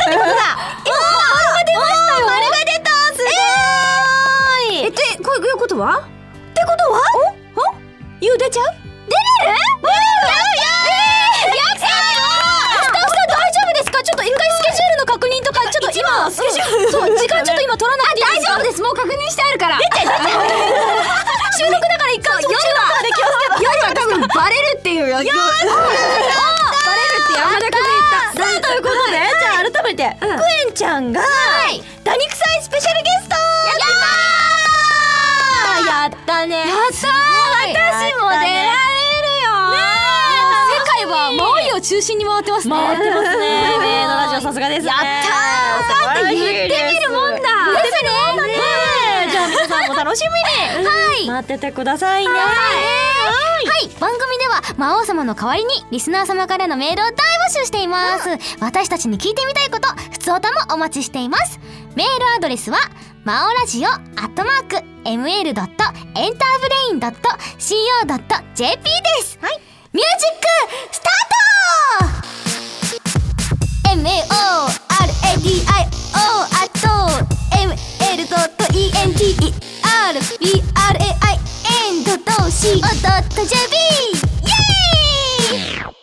[SPEAKER 2] が出ましたよ。丸が出たすごーい。
[SPEAKER 6] えってこういうことは
[SPEAKER 2] ってことはおおゆう出ちゃう出れる出れるえー、やったー。
[SPEAKER 3] スタッフさん大丈夫ですか？ちょっと一回スケジュールの確認とかちょっと今スケジュールそう時間ちょっと今取らなくていいですか？
[SPEAKER 6] 大丈夫です。もう確認してあるから出て出て
[SPEAKER 3] 収録だから一回
[SPEAKER 6] 夜は夜は多分バレるっていうよ。よーしバレるって山田君が言った。
[SPEAKER 2] さあということでじゃあ改めて、うん、クエンちゃんがダニクサイスペシャルゲストやったね。
[SPEAKER 6] やったー。私も出られるよ。
[SPEAKER 3] 世界はマオイを中心に回ってますね。
[SPEAKER 2] 回ってますね。メイドラジオさすがですね。
[SPEAKER 6] やったー。だって言ってみるもんだ。
[SPEAKER 2] ですね。じゃあ皆さんも楽しみにはい待っててくださいね。はい
[SPEAKER 1] はい番組では魔王様の代わりにリスナー様からのメールを大募集しています。私たちに聞いてみたいことふつおたもお待ちしています。メールアドレスはマオラジオアットマーク エムエルドットエンターブレインドットシーオードットジェーピー です。はい、ミュージックスタート エムエーオーアールエーディーアイオー アット エムエルドット イーエンティーアールビーアールエーアイエンドット シーオードットジェーピー イエーイ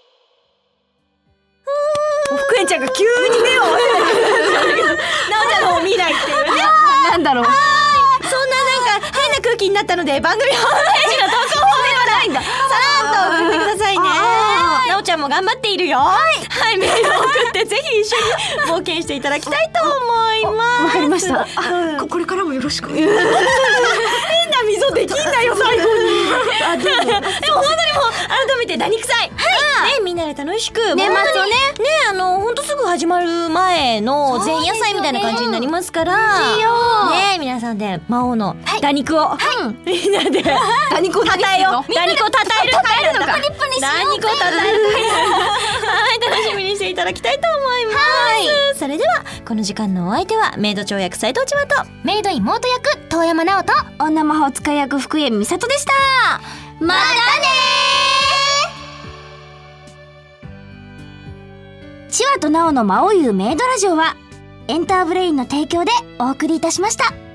[SPEAKER 2] 福園ちゃんが急に目をなおちゃんの方を見ないっていうね。
[SPEAKER 6] なんだろうそん
[SPEAKER 2] ななんか変な空気になったので番組ホームページの投稿フォームからさらっと送ってくださいね。なおちゃんも頑張っているよ。はい、はい、メールを送ってぜひ一緒に冒険していただきたいと思います。
[SPEAKER 6] わかりました。あ、これからもよろしく。変な
[SPEAKER 2] 溝できんなよ最後に。あでもでも本当にもう改めてダニクサイねみんなで楽しく
[SPEAKER 6] 年末をねね
[SPEAKER 2] あの本当すぐ始まる前の前夜祭みたいな感じになりますからね皆さんで魔王のダニクをみんなで
[SPEAKER 6] ダニクを
[SPEAKER 2] たたえよう。ダニクをたたえる会なんだ。ダニクをたたえる会はい楽しみにしていただきたいと思います。それではこの時間のお相手はメイド長役斉藤千葉と
[SPEAKER 1] メイド妹役遠山奈緒と
[SPEAKER 6] 女魔法使い役福江美里でした。
[SPEAKER 1] またね
[SPEAKER 6] ー。千葉と奈緒の魔王ゆうメイドラジオはエンターブレインの提供でお送りいたしました。